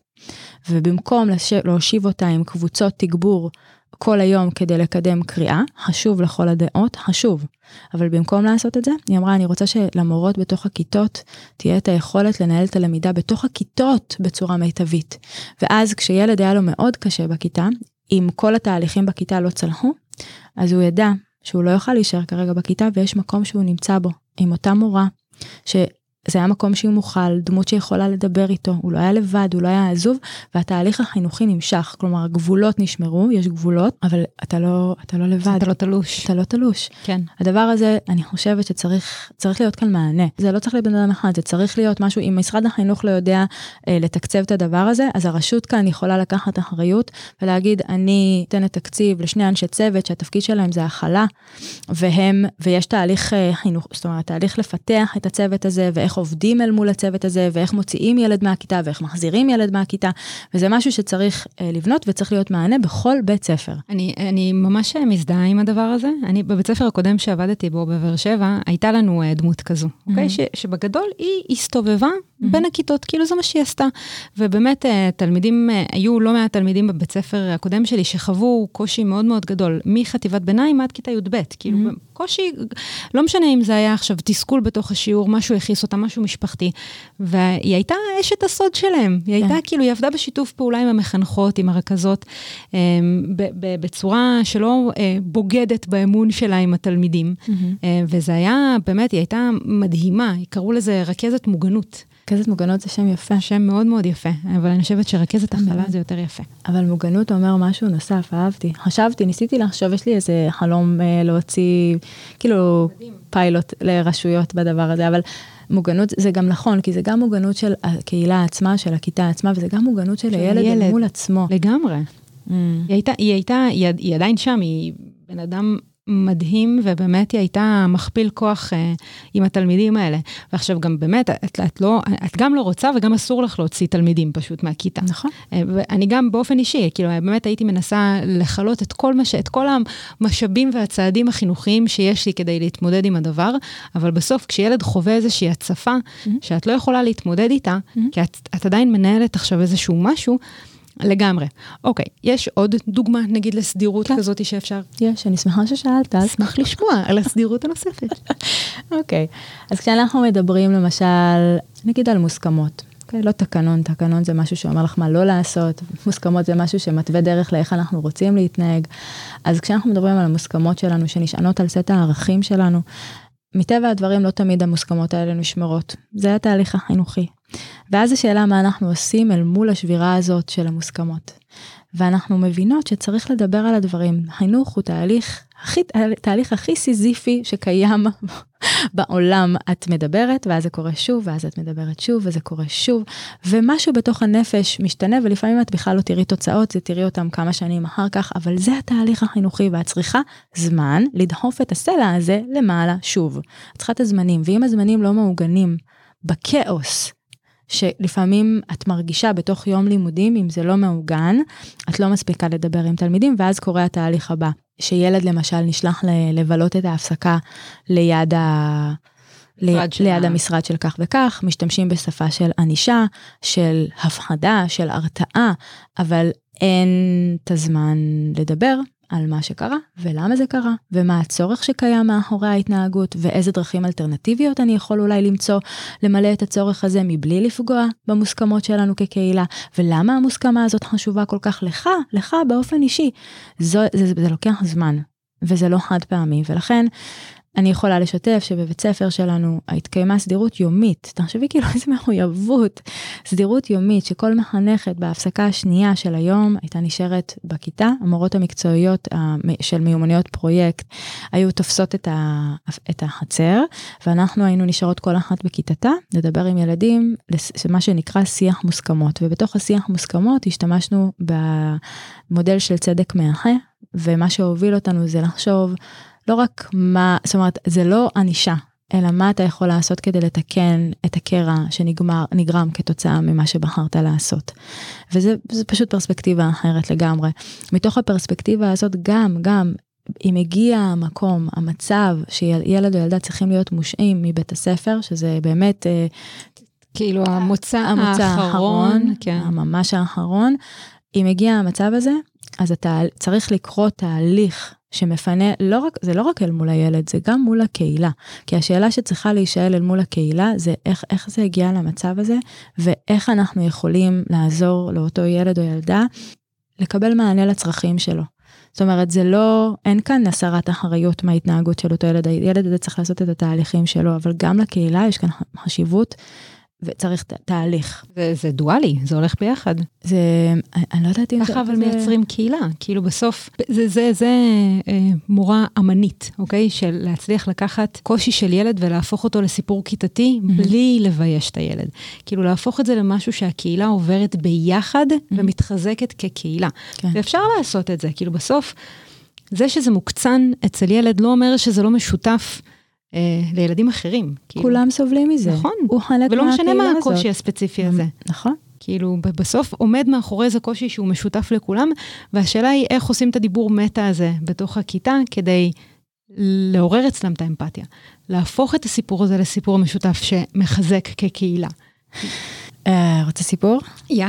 ובמקום להושיב אותה עם קבוצות תגבור כל היום כדי לקדם קריאה, חשוב לכל הדעות, חשוב. אבל במקום לעשות את זה, היא אמרה, אני רוצה שלמורות בתוך הכיתות, תהיה את היכולת לנהל את הלמידה בתוך הכיתות בצורה מיטבית. ואז כשילד היה לו מאוד קשה בכיתה, אם כל התהליכים בכיתה לא צלחו, אז הוא ידע שהוא לא יוכל להישאר כרגע בכיתה, ויש מקום שהוא נמצא בו, עם אותה מורה, ש... זה היה מקום שהוא מוכל, דמות שיכולה לדבר איתו, הוא לא היה לבד, הוא לא היה עזוב, והתהליך החינוכי נמשך, כלומר, הגבולות נשמרו, יש גבולות, אבל אתה לא, אתה לא לבד. אתה לא תלוש. אתה לא תלוש. כן. הדבר הזה, אני חושבת שצריך, צריך להיות כאן מענה. זה לא צריך להיות בן אדם אחד, זה צריך להיות משהו, אם משרד החינוך לא יודע אה, לתקצב את הדבר הזה, אז הרשות כאן יכולה לקחת אחריות, ולהגיד, אני אתן את תקציב לשני אנשי צוות, שהתפקיד שלהם זה הכלה, והם, ויש תהליך אה, חינוך, זאת אומרת, תהליך לפתח את הצוות הזה, ואיך עובדים אל מול הצוות הזה, ואיך מוציאים ילד מהכיתה, ואיך מחזירים ילד מהכיתה, וזה משהו שצריך אה, לבנות, וצריך להיות מענה בכל בית ספר. אני, אני ממש מזדהה עם הדבר הזה. אני, בבית ספר הקודם שעבדתי בו בבאר שבע, הייתה לנו אה, דמות כזו, mm-hmm. אוקיי? ש, שבגדול היא הסתובבה mm-hmm. בין הכיתות, כאילו זה מה שהיא עשתה. ובאמת, אה, תלמידים, אה, היו לא מעט תלמידים בבית ספר הקודם שלי, שחוו קושי מאוד מאוד גדול, מחטיבת ביניים עד כיתה י' ב', כאילו, mm-hmm. קושי, לא משנה אם זה היה עכשיו תסכול בתוך השיעור, משהו הכיס אותה, משהו משפחתי, והיא הייתה אשת הסוד שלהם, היא הייתה כאילו, היא עבדה בשיתוף פעולה עם המחנכות, עם הרכזות, בצורה שלא בוגדת באמון שלה עם התלמידים, וזה היה, באמת, היא הייתה מדהימה, קראו לזה רכזת מוגנות. רכזת מוגנות זה שם יפה. שם מאוד מאוד יפה, אבל אני חושבת שרכזת הכלה זה יותר יפה. אבל מוגנות אומר משהו נוסף, אהבתי. חשבתי, ניסיתי לחשוב, יש לי איזה חלום להוציא, כאילו, פיילוט לרשויות בדבר הזה, אבל מוגנות זה גם נכון, כי זה גם מוגנות של הקהילה עצמה, של הכיתה עצמה, וזה גם מוגנות של הילד מול עצמו. לגמרי. היא הייתה, היא הייתה, היא עדיין שם, היא בן אדם מדהים, ובאמת היא הייתה מכפיל כוח אה, עם התלמידים האלה. ועכשיו גם באמת, את, את, לא, את גם לא רוצה, וגם אסור לך להוציא תלמידים פשוט מהכיתה. נכון. אה, ואני גם באופן אישי, כאילו, באמת הייתי מנסה לחלות את כל, מש, את כל המשאבים והצעדים החינוכיים שיש לי כדי להתמודד עם הדבר, אבל בסוף, כשילד חווה איזושהי הצפה, mm-hmm. שאת לא יכולה להתמודד איתה, mm-hmm. כי את, את עדיין מנהלת עכשיו איזשהו משהו, לגמרי. אוקיי, יש עוד דוגמה, נגיד, לסדירות כזאת שאפשר? יש, אני שמחה ששאלת. אשמח לשמוע על הסדירות הנוספת. אוקיי, אז כשאנחנו מדברים למשל, נגיד על מוסכמות, אוקיי? לא תקנון, תקנון זה משהו שאומר לך מה לא לעשות, מוסכמות זה משהו שמתווה דרך לאיך אנחנו רוצים להתנהג, אז כשאנחנו מדברים על המוסכמות שלנו, שנשענות על סט הערכים שלנו, מטבע הדברים לא תמיד המוסכמות האלה נשמרות, זה התהליך החינוכי. ואז השאלה מה אנחנו עושים אל מול השבירה הזאת של המוסכמות. ואנחנו מבינות שצריך לדבר על הדברים. חינוך הוא תהליך הכי, תהליך הכי סיזיפי שקיים בעולם. את מדברת, ואז זה קורה שוב, ואז את מדברת שוב, וזה קורה שוב, ומשהו בתוך הנפש משתנה, ולפעמים את בכלל לא תראי תוצאות, זה תראי אותם כמה שנים אחר כך, אבל זה התהליך החינוכי, ואת צריכה זמן לדחוף את הסלע הזה למעלה שוב. את צריכה את הזמנים, ואם הזמנים לא מעוגנים בקאוס, שלפעמים את מרגישה בתוך יום לימודים, אם זה לא מעוגן, את לא מספיקה לדבר עם תלמידים, ואז קורה התהליך הבא, שילד למשל נשלח לבלות את ההפסקה ליד, ה... ליד, ליד המשרד של כך וכך, משתמשים בשפה של ענישה, של הפחדה, של הרתעה, אבל אין את הזמן לדבר על מה שקרה, ולמה זה קרה, ומה הצורך שקיים מאחורי ההתנהגות, ואיזה דרכים אלטרנטיביות אני יכול אולי למצוא, למלא את הצורך הזה, מבלי לפגוע במוסכמות שלנו כקהילה, ולמה המוסכמה הזאת חשובה כל כך לך, לך באופן אישי. זו, זה, זה, זה לוקח זמן, וזה לא חד פעמי, ולכן, אני יכולה לשתף שבבית ספר שלנו התקיימה סדירות יומית, תחשבי כאילו איזה מחויבות, סדירות יומית שכל מחנכת בהפסקה השנייה של היום הייתה נשארת בכיתה, המורות המקצועיות של מיומנויות פרויקט היו תופסות את, ה, את החצר, ואנחנו היינו נשארות כל אחת בכיתתה, לדבר עם ילדים, מה שנקרא שיח מוסכמות, ובתוך השיח מוסכמות השתמשנו במודל של צדק מאחה, ומה שהוביל אותנו זה לחשוב, לא רק מה, זאת אומרת, זה לא ענישה, אלא מה אתה יכול לעשות כדי לתקן את הקרע שנגמר, נגרם כתוצאה ממה שבחרת לעשות. וזה זה פשוט פרספקטיבה אחרת לגמרי. מתוך הפרספקטיבה הזאת גם, גם, אם הגיע המקום, המצב, שילד או ילדה צריכים להיות מושעים מבית הספר, שזה באמת, כאילו המוצא, המוצא האחרון, האחרון כן. ממש האחרון, אם הגיע המצב הזה, אז אתה צריך לקרוא תהליך, שמפנה, לא רק, זה לא רק אל מול הילד, זה גם מול הקהילה. כי השאלה שצריכה להישאל אל מול הקהילה, זה איך, איך זה הגיע למצב הזה, ואיך אנחנו יכולים לעזור לאותו ילד או ילדה, לקבל מענה לצרכים שלו. זאת אומרת, זה לא, אין כאן הסרת אחריות מההתנהגות של אותו ילד, הילד הזה צריך לעשות את התהליכים שלו, אבל גם לקהילה יש כאן חשיבות, וצריך תהליך. זה, זה דואלי, זה הולך ביחד. זה, אני לא יודעת אם ככה אבל מייצרים קהילה, כאילו בסוף, זה, זה, זה אה, מורה אמנית, אוקיי? של להצליח לקחת קושי של ילד ולהפוך אותו לסיפור כיתתי, mm-hmm. בלי לבייש את הילד. כאילו להפוך את זה למשהו שהקהילה עוברת ביחד, mm-hmm. ומתחזקת כקהילה. כן. ואפשר לעשות את זה, כאילו בסוף, זה שזה מוקצן אצל ילד לא אומר שזה לא משותף, לילדים אחרים. כולם סובלים מזה. נכון. הוא חלק מהקהילה הזאת. ולא משנה מה הקושי הספציפי הזה. נכון. כאילו, בסוף עומד מאחורי זה קושי שהוא משותף לכולם, והשאלה היא איך עושים את הדיבור מטה הזה בתוך הכיתה, כדי לעורר אצלם את האמפתיה. להפוך את הסיפור הזה לסיפור משותף שמחזק כקהילה. רוצה סיפור? יא,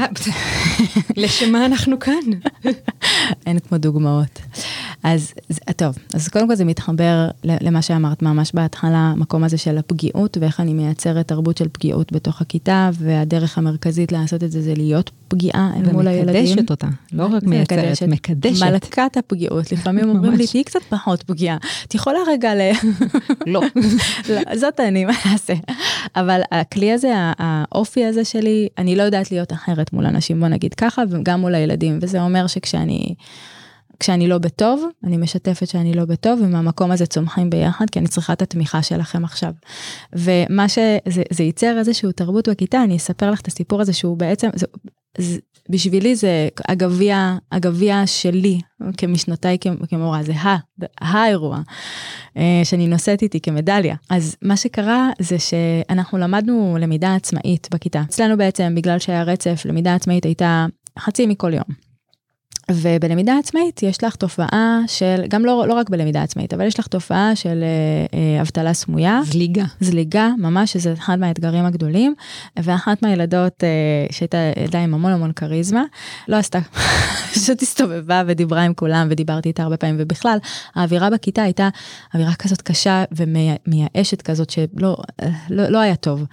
לשמה אנחנו כאן. אין כמו דוגמאות. אז טוב, אז קודם כל זה מתחבר למה שאמרת ממש בהתחלה, המקום הזה של הפגיעות, ואיך אני מייצרת תרבות של פגיעות בתוך הכיתה, והדרך המרכזית לעשות את זה, זה להיות פגיעה אל מול הילדים. ומקדשת אותה, לא רק מייצרת, מקדשת. מלכת הפגיעות, לפעמים אומרים לי, תהי קצת פחות פגיעה, את יכולה רגע ל... לא. זאת אני, מה נעשה? אבל הכלי הזה, האופי הזה שלי, אני לא יודעת להיות אחרת מול אנשים, בוא נגיד ככה, וגם מול הילדים, וזה אומר שכשאני... כשאני לא בטוב, אני משתפת שאני לא בטוב, ומהמקום הזה צומחים ביחד, כי אני צריכה את התמיכה שלכם עכשיו. ומה שזה, זה ייצר איזשהו תרבות בכיתה, אני אספר לך את הסיפור הזה, שהוא בעצם, זה, זה, בשבילי זה הגביע, הגביע שלי, כמשנותיי כמורה, זה ה, האירוע, שאני נושאת איתי כמדליה. אז מה שקרה, זה שאנחנו למדנו למידה עצמאית בכיתה. אצלנו בעצם, בגלל שהיה רצף, למידה עצמאית הייתה חצי מכל יום. ובלמידה עצמאית יש לך תופעה של, גם לא, לא רק בלמידה עצמאית, אבל יש לך תופעה של אה, אבטלה סמויה. זליגה. זליגה, ממש, שזה אחד מהאתגרים הגדולים, ואחת מהילדות אה, שהייתה ילדה עם המון המון קריזמה, לא עשתה, פשוט הסתובבה ודיברה עם כולם, ודיברתי איתה הרבה פעמים, ובכלל, האווירה בכיתה הייתה אווירה כזאת קשה ומייאשת כזאת, שלא לא, לא היה טוב.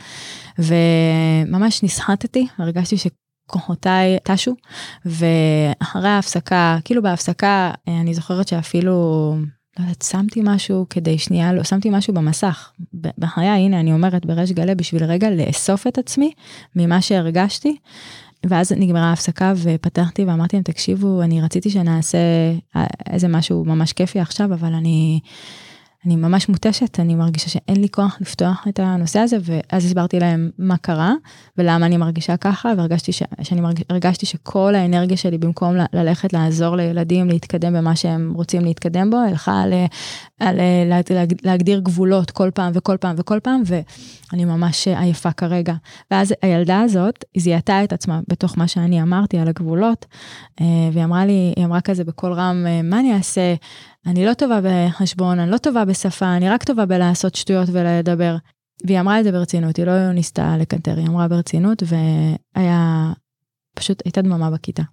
וממש נסחטתי, הרגשתי ש... כוחותיי טשו, ואחרי ההפסקה, כאילו בהפסקה, אני זוכרת שאפילו, לא יודעת, שמתי משהו כדי שנייה, לא, שמתי משהו במסך, בחיי, הנה, אני אומרת בריש גלי, בשביל רגע לאסוף את עצמי, ממה שהרגשתי, ואז נגמרה ההפסקה, ופתחתי ואמרתי להם, תקשיבו, אני רציתי שנעשה איזה משהו ממש כיפי עכשיו, אבל אני... אני ממש מוטשת, אני מרגישה שאין לי כוח לפתוח את הנושא הזה, ואז הסברתי להם מה קרה, ולמה אני מרגישה ככה, והרגשתי ש... שאני מרג... הרגשתי שכל האנרגיה שלי, במקום ל... ללכת לעזור לילדים, להתקדם במה שהם רוצים להתקדם בו, הלכה על... על... להג... להגדיר גבולות כל פעם וכל פעם וכל פעם, ואני ממש עייפה כרגע. ואז הילדה הזאת, היא זיהתה את עצמה בתוך מה שאני אמרתי על הגבולות, והיא אמרה לי, היא אמרה כזה בכל רם, מה אני אעשה? אני לא טובה בחשבון, אני לא טובה בשפה, אני רק טובה בלעשות שטויות ולדבר. והיא אמרה את זה ברצינות, היא לא ניסתה לקנטר, היא אמרה ברצינות, והיה, פשוט הייתה דממה בכיתה.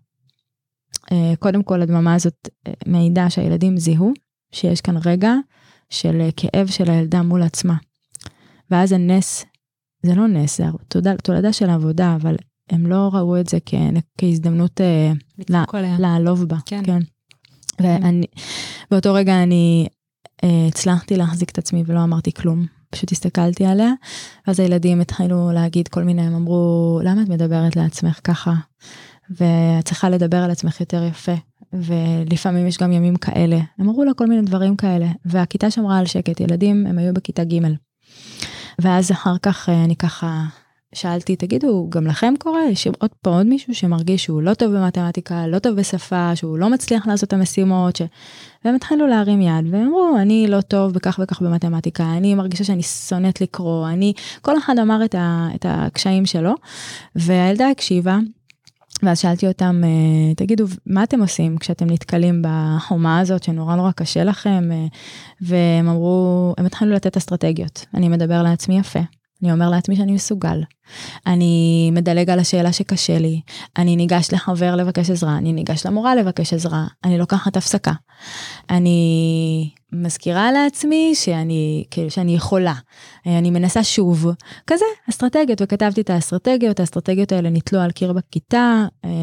קודם כל, הדממה הזאת מעידה שהילדים זיהו, שיש כאן רגע של כאב של הילדה מול עצמה. ואז הנס, זה לא נס, זה תולדה של העבודה, אבל הם לא ראו את זה כהזדמנות לעלוב בה. כן. כן. ואני, באותו רגע אני אה, הצלחתי להחזיק את עצמי ולא אמרתי כלום, פשוט הסתכלתי עליה, ואז הילדים התחילו להגיד כל מיני, הם אמרו, למה את מדברת לעצמך ככה? ואת צריכה לדבר על עצמך יותר יפה, ולפעמים יש גם ימים כאלה, הם אמרו לה כל מיני דברים כאלה, והכיתה שמרה על שקט, ילדים הם היו בכיתה ג' ואז אחר כך אני ככה... שאלתי, תגידו, גם לכם קורה? יש עוד פה עוד מישהו שמרגיש שהוא לא טוב במתמטיקה, לא טוב בשפה, שהוא לא מצליח לעשות את המשימות, ש... והם התחילו להרים יד, והם אמרו, אני לא טוב בכך וכך במתמטיקה, אני מרגישה שאני שונאת לקרוא, אני, כל אחד אמר את, ה... את הקשיים שלו, והילדה הקשיבה, ואז שאלתי אותם, תגידו, מה אתם עושים כשאתם נתקלים בחומה הזאת, שנורא נורא קשה לכם, והם אמרו, הם התחילו לתת אסטרטגיות, אני מדבר לעצמי יפה, אני אומר לעצמי שאני מסוגל, אני מדלג על השאלה שקשה לי, אני ניגש לחבר לבקש עזרה, אני ניגש למורה לבקש עזרה, אני לוקחת הפסקה, אני מזכירה לעצמי שאני, כאילו שאני יכולה, אני מנסה שוב, כזה, אסטרטגיות, וכתבתי את האסטרטגיות, האסטרטגיות האלה נתלו על קיר בכיתה,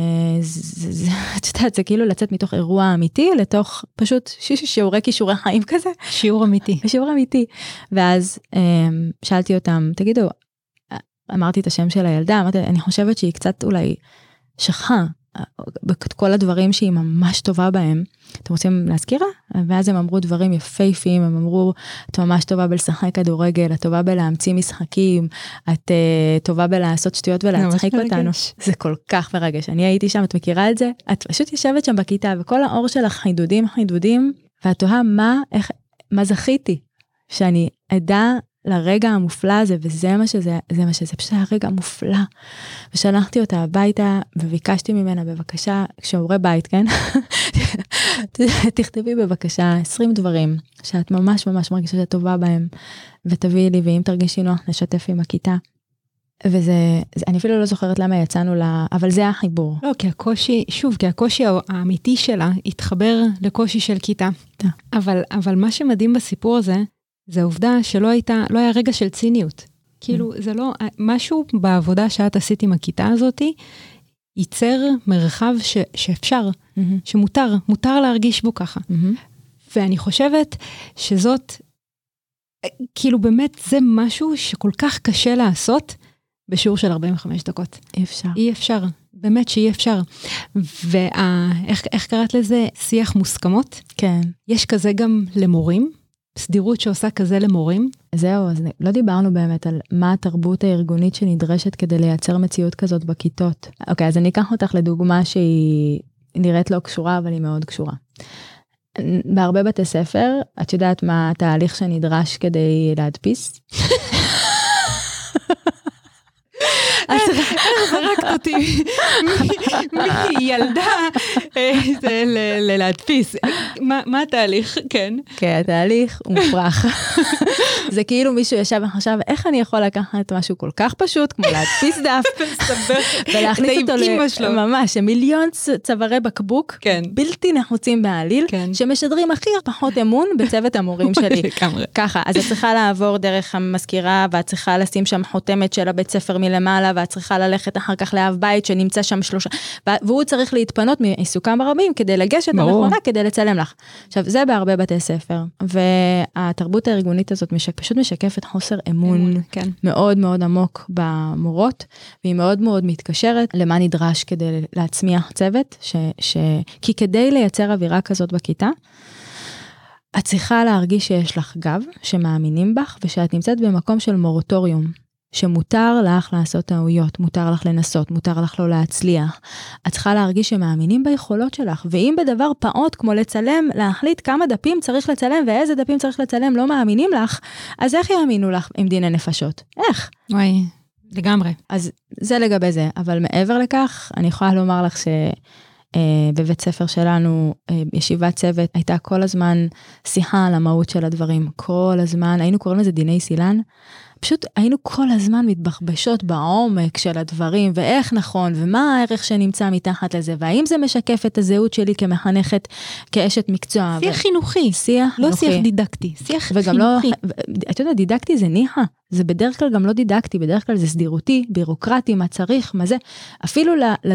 את יודעת, זה כאילו לצאת מתוך אירוע אמיתי, לתוך פשוט שיעורי כישורי חיים כזה. שיעור אמיתי. שיעור אמיתי. ואז שאלתי אותם, תגידו, אמרתי את השם של הילדה, אמרתי, אני חושבת שהיא קצת אולי שכחה, בכל הדברים שהיא ממש טובה בהם, אתם רוצים להזכירה? ואז הם אמרו דברים יפהפיים, הם אמרו, את ממש טובה בלשחק כדורגל, את טובה בלהמציא משחקים, את uh, טובה בלעשות שטויות ולהצחיק אותנו. זה כל כך מרגש, אני הייתי שם, את מכירה את זה? את פשוט יושבת שם בכיתה, וכל האור שלך חידודים, חידודים, ואת תוהה מה, איך, מה זכיתי, שאני עדה לרגע המופלא הזה, וזה מה שזה, זה מה שזה, פשוט היה רגע מופלא. ושלחתי אותה הביתה, וביקשתי ממנה בבקשה, כשעורי בית, כן? תכתבי בבקשה עשרים דברים, שאת ממש ממש מרגישה שאת טובה בהם, ותביאי לי, ואם תרגישי נוח, נשתף עם הכיתה. וזה, זה, אני אפילו לא זוכרת למה יצאנו לה, אבל זה החיבור. לא, כי הקושי, שוב, כי הקושי האמיתי שלה, התחבר לקושי של כיתה. אבל, אבל מה שמדהים בסיפור הזה, זה העובדה שלא הייתה, לא היה רגע של ציניות. כאילו, זה לא, משהו בעבודה שאת עשית עם הכיתה הזאת, ייצר מרחב ש, שאפשר, שמותר, מותר להרגיש בו ככה. ואני חושבת שזאת, כאילו באמת זה משהו שכל כך קשה לעשות, בשיעור של ארבעים וחמש דקות. אי אפשר. אי אפשר, באמת שאי אפשר. ואיך, איך קראת לזה? שיח מוסכמות? כן. יש כזה גם למורים, סדירות שעושה כזה למורים. זהו, אז לא דיברנו באמת על מה התרבות הארגונית שנדרשת כדי לייצר מציאות כזאת בכיתות. אוקיי, אז אני אקח אותך לדוגמה שהיא נראית לא קשורה, אבל היא מאוד קשורה. בהרבה בתי ספר, את יודעת מה התהליך שנדרש כדי להדפיס? אז זרקת אותי מילדה להדפיס. מה התהליך? כן. כן, התהליך הוא מופרך. זה כאילו מישהו ישב וחשב, איך אני יכול לקחת משהו כל כך פשוט, כמו להדפיס דף, ולהכניס אותו ממש, מיליון צווארי בקבוק, בלתי נחוצים בעליל, שמשדרים הכי פחות אמון בצוות המורים שלי. ככה, אז את צריכה לעבור דרך המזכירה, ואת צריכה לשים שם חותמת של הבית ספר מלמעלה, ואת צריכה ללכת אחר כך לאב בית שנמצא שם שלושה, והוא צריך להתפנות מעיסוקם ברבים, כדי לגשת למכונה, כדי לצלם לך. עכשיו, זה בהרבה בתי ספר, והתרבות הארגונית הזאת פשוט משקפת חוסר אמון מאוד מאוד עמוק במורות, והיא מאוד מאוד מתקשרת למה נדרש כדי להצמיח צוות, ש, ש... כי כדי לייצר אווירה כזאת בכיתה, את צריכה להרגיש שיש לך גב, שמאמינים בך, ושאת נמצאת במקום של מורטוריום, שמותר לך לעשות טעויות, מותר לך לנסות, מותר לך לא להצליח. את צריכה להרגיש שמאמינים ביכולות שלך, ואם בדבר פעוט כמו לצלם, להחליט כמה דפים צריך לצלם, ואיזה דפים צריך לצלם, לא מאמינים לך, אז איך יאמינו לך עם דיני נפשות? איך? וואי, לגמרי. אז זה לגבי זה, אבל מעבר לכך, אני יכולה לומר לך ש... בבית ספר שלנו, ישיבת צוות, הייתה כל הזמן שיחה על המהות של הדברים, כל הזמן, היינו קוראים לזה דיני סילן, פשוט היינו כל הזמן מתבחבשות בעומק של הדברים, ואיך נכון, ומה הערך שנמצא מתחת לזה, והאם זה משקף את הזהות שלי כמחנכת, כאשת מקצוע. שיח חינוכי. שיח לא חינוכי. שיח דידקטי, שיח וגם חינוכי. לא, את יודעת, דידקטי זה ניחה, זה בדרך כלל גם לא דידקטי, בדרך כלל זה סדירותי, בירוקרטי, מה צריך, מה זה, אפילו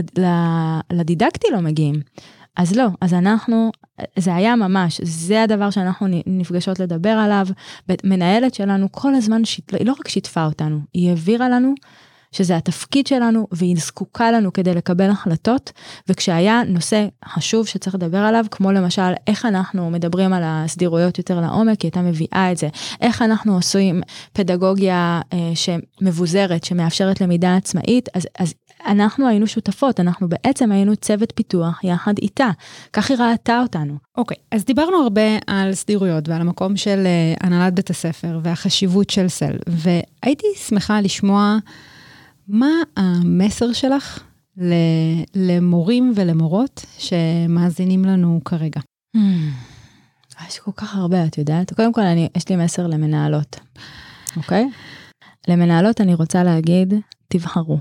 לדידקטי לא מגיעים. אז לא, אז אנחנו, זה היה ממש, זה הדבר שאנחנו נפגשות לדבר עליו, מנהלת שלנו כל הזמן, היא לא רק שיתפה אותנו, היא העבירה לנו, שזה התפקיד שלנו, והיא זקוקה לנו כדי לקבל החלטות, וכשהיה נושא חשוב שצריך לדבר עליו, כמו למשל, איך אנחנו מדברים על הסדירויות יותר לעומק, היא הייתה מביאה את זה, איך אנחנו עושים פדגוגיה אה, שמבוזרת, שמאפשרת למידה עצמאית, אז, אז אנחנו היינו שותפות, אנחנו בעצם היינו צוות פיתוח יחד איתה, כך היא ראתה אותנו. אוקיי, okay, אז דיברנו הרבה על סדירויות ועל המקום של uh, הנהלת בית הספר והחשיבות של סל, והייתי שמחה לשמוע מה המסר שלך למורים ולמורות שמאזינים לנו כרגע. Hmm, יש כל כך הרבה, את יודעת? קודם כל, אני, יש לי מסר למנהלות, אוקיי? Okay? למנהלות אני רוצה להגיד, תבחרו.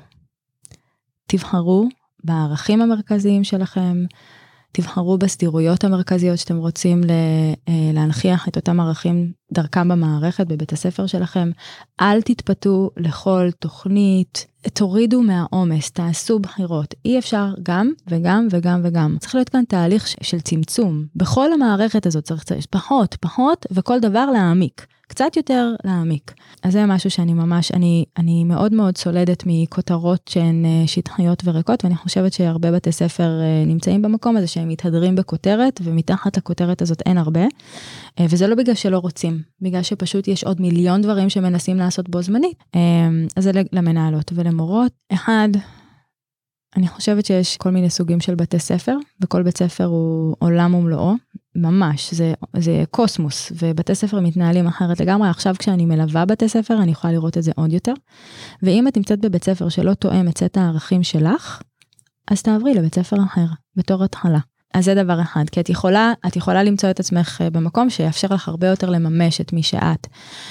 תבחרו בערכים המרכזיים שלכם, תבחרו בסדירויות המרכזיות שאתם רוצים להנחיח את אותם ערכים דרכם במערכת בבית הספר שלכם, אל תתפתו לכל תוכנית, תורידו מהעומס, תעשו בחירות, אי אפשר גם וגם וגם וגם, צריך להיות כאן תהליך של צמצום, בכל המערכת הזאת צריך צריך פחות, פחות וכל דבר להעמיק, קצת יותר להעמיק. אז זה משהו שאני ממש, אני, אני מאוד מאוד סולדת מכותרות שהן שטחיות וריקות, ואני חושבת שהרבה בתי ספר נמצאים במקום הזה שהם מתהדרים בכותרת, ומתחת לכותרת הזאת אין הרבה, וזה לא בגלל שלא רוצים, בגלל שפשוט יש עוד מיליון דברים שמנסים לעשות בו זמנית. אז זה למנהלות ולמורות. אחד, אני חושבת שיש כל מיני סוגים של בתי ספר, וכל בית ספר הוא עולם ומלואו, ממש, זה, זה קוסמוס, ובתי ספר מתנהלים אחרת לגמרי. עכשיו כשאני מלווה בתי ספר, אני יכולה לראות את זה עוד יותר. ואם את נמצאת בבית ספר שלא תואם את סט הערכים שלך, אז תעברי לבית ספר אחר, בתור התחלה. אז זה דבר אחד, כי את יכולה, את יכולה למצוא את עצמך במקום שיאפשר לך הרבה יותר לממש את מי שאת.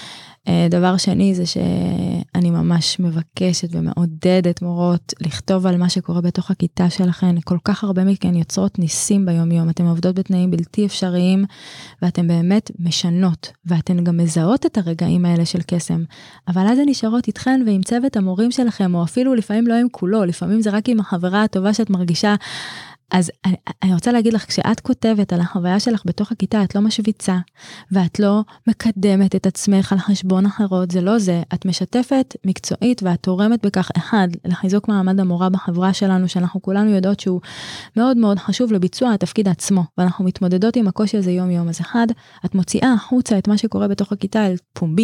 דבר שני זה שאני ממש מבקשת ומעודדת מורות לכתוב על מה שקורה בתוך הכיתה שלכן, כל כך הרבה מכן יוצרות ניסים ביום יום, אתן עובדות בתנאים בלתי אפשריים, ואתן באמת משנות, ואתן גם מזהות את הרגעים האלה של קסם, אבל אז הן נשארות איתכן ועם צוות המורים שלכם, או אפילו לפעמים לא עם כולו, לפעמים זה רק עם החברה הטובה שאת מרגישה, אז אני, אני רוצה להגיד לך, כשאת כותבת על החוויה שלך בתוך הכיתה, את לא משוויצה, ואת לא מקדמת את עצמך על חשבון אחרות, זה לא זה, את משתפת מקצועית, ואת תורמת בכך אחד, לחיזוק מעמד המורה בחברה שלנו, שאנחנו כולנו יודעות שהוא מאוד מאוד חשוב לביצוע התפקיד עצמו, ואנחנו מתמודדות עם הקושי הזה יום יום, אז אחד, את מוציאה החוצה את מה שקורה בתוך הכיתה אל פומבי,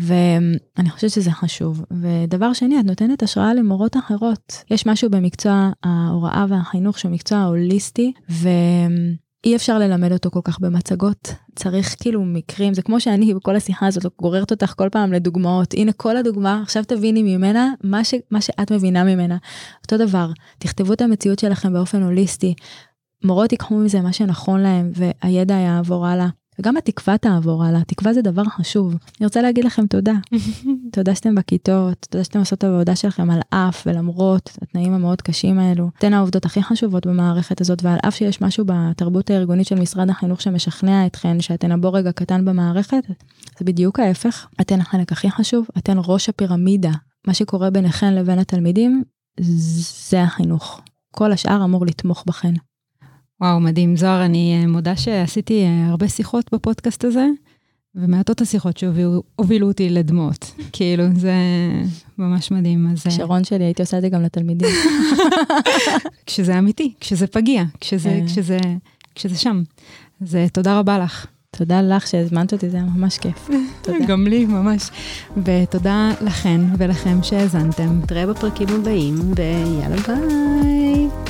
ואני חושבת שזה חשוב. ודבר שני, את נותנת השראה למורות אחרות. יש משהו במקצוע ההוראה והחינוך שהוא מקצוע הוליסטי, ואי אפשר ללמד אותו כל כך במצגות. צריך כאילו מקרים, זה כמו שאני בכל השיחה הזאת גוררת אותך כל פעם לדוגמאות. הנה כל הדוגמה, עכשיו תביני ממנה מה, ש, מה שאת מבינה ממנה. אותו דבר, תכתבו את המציאות שלכם באופן הוליסטי. שהמורות ייקחו מזה מה שנכון להם, והידע יעבור הלאה. וגם התקווה תעבור הלאה, התקווה זה דבר חשוב. אני רוצה להגיד לכם תודה. תודה שאתם בכיתות, תודה שאתם עושות את העבודה שלכם על אף ולמרות התנאים המאוד קשים האלו. אתן העובדות הכי חשובות במערכת הזאת, ועל אף שיש משהו בתרבות הארגונית של משרד החינוך שמשכנע אתכן, שאתן הבורג הקטן במערכת, זה בדיוק ההפך. אתן החלק הכי חשוב, אתן ראש הפירמידה. מה שקורה ביניכן לבין התלמידים, זה החינוך. כל השאר אמור לתמוך בכן. וואו, מדהים. זוהר, אני מודה שעשיתי הרבה שיחות בפודקאסט הזה, ומעטות השיחות שהובילו אותי לדמות. כאילו, זה ממש מדהים. אז... שרון שלי, הייתי עושה את זה גם לתלמידים. כשזה אמיתי, כשזה פגיע, כשזה, כשזה, כשזה שם. אז תודה רבה לך. תודה לך שהזמנת אותי, זה היה ממש כיף. תודה. גם לי, ממש. ותודה לכן ולכם שהאזנתם. נתראה בפרקים הבאים, ויאללה ביי.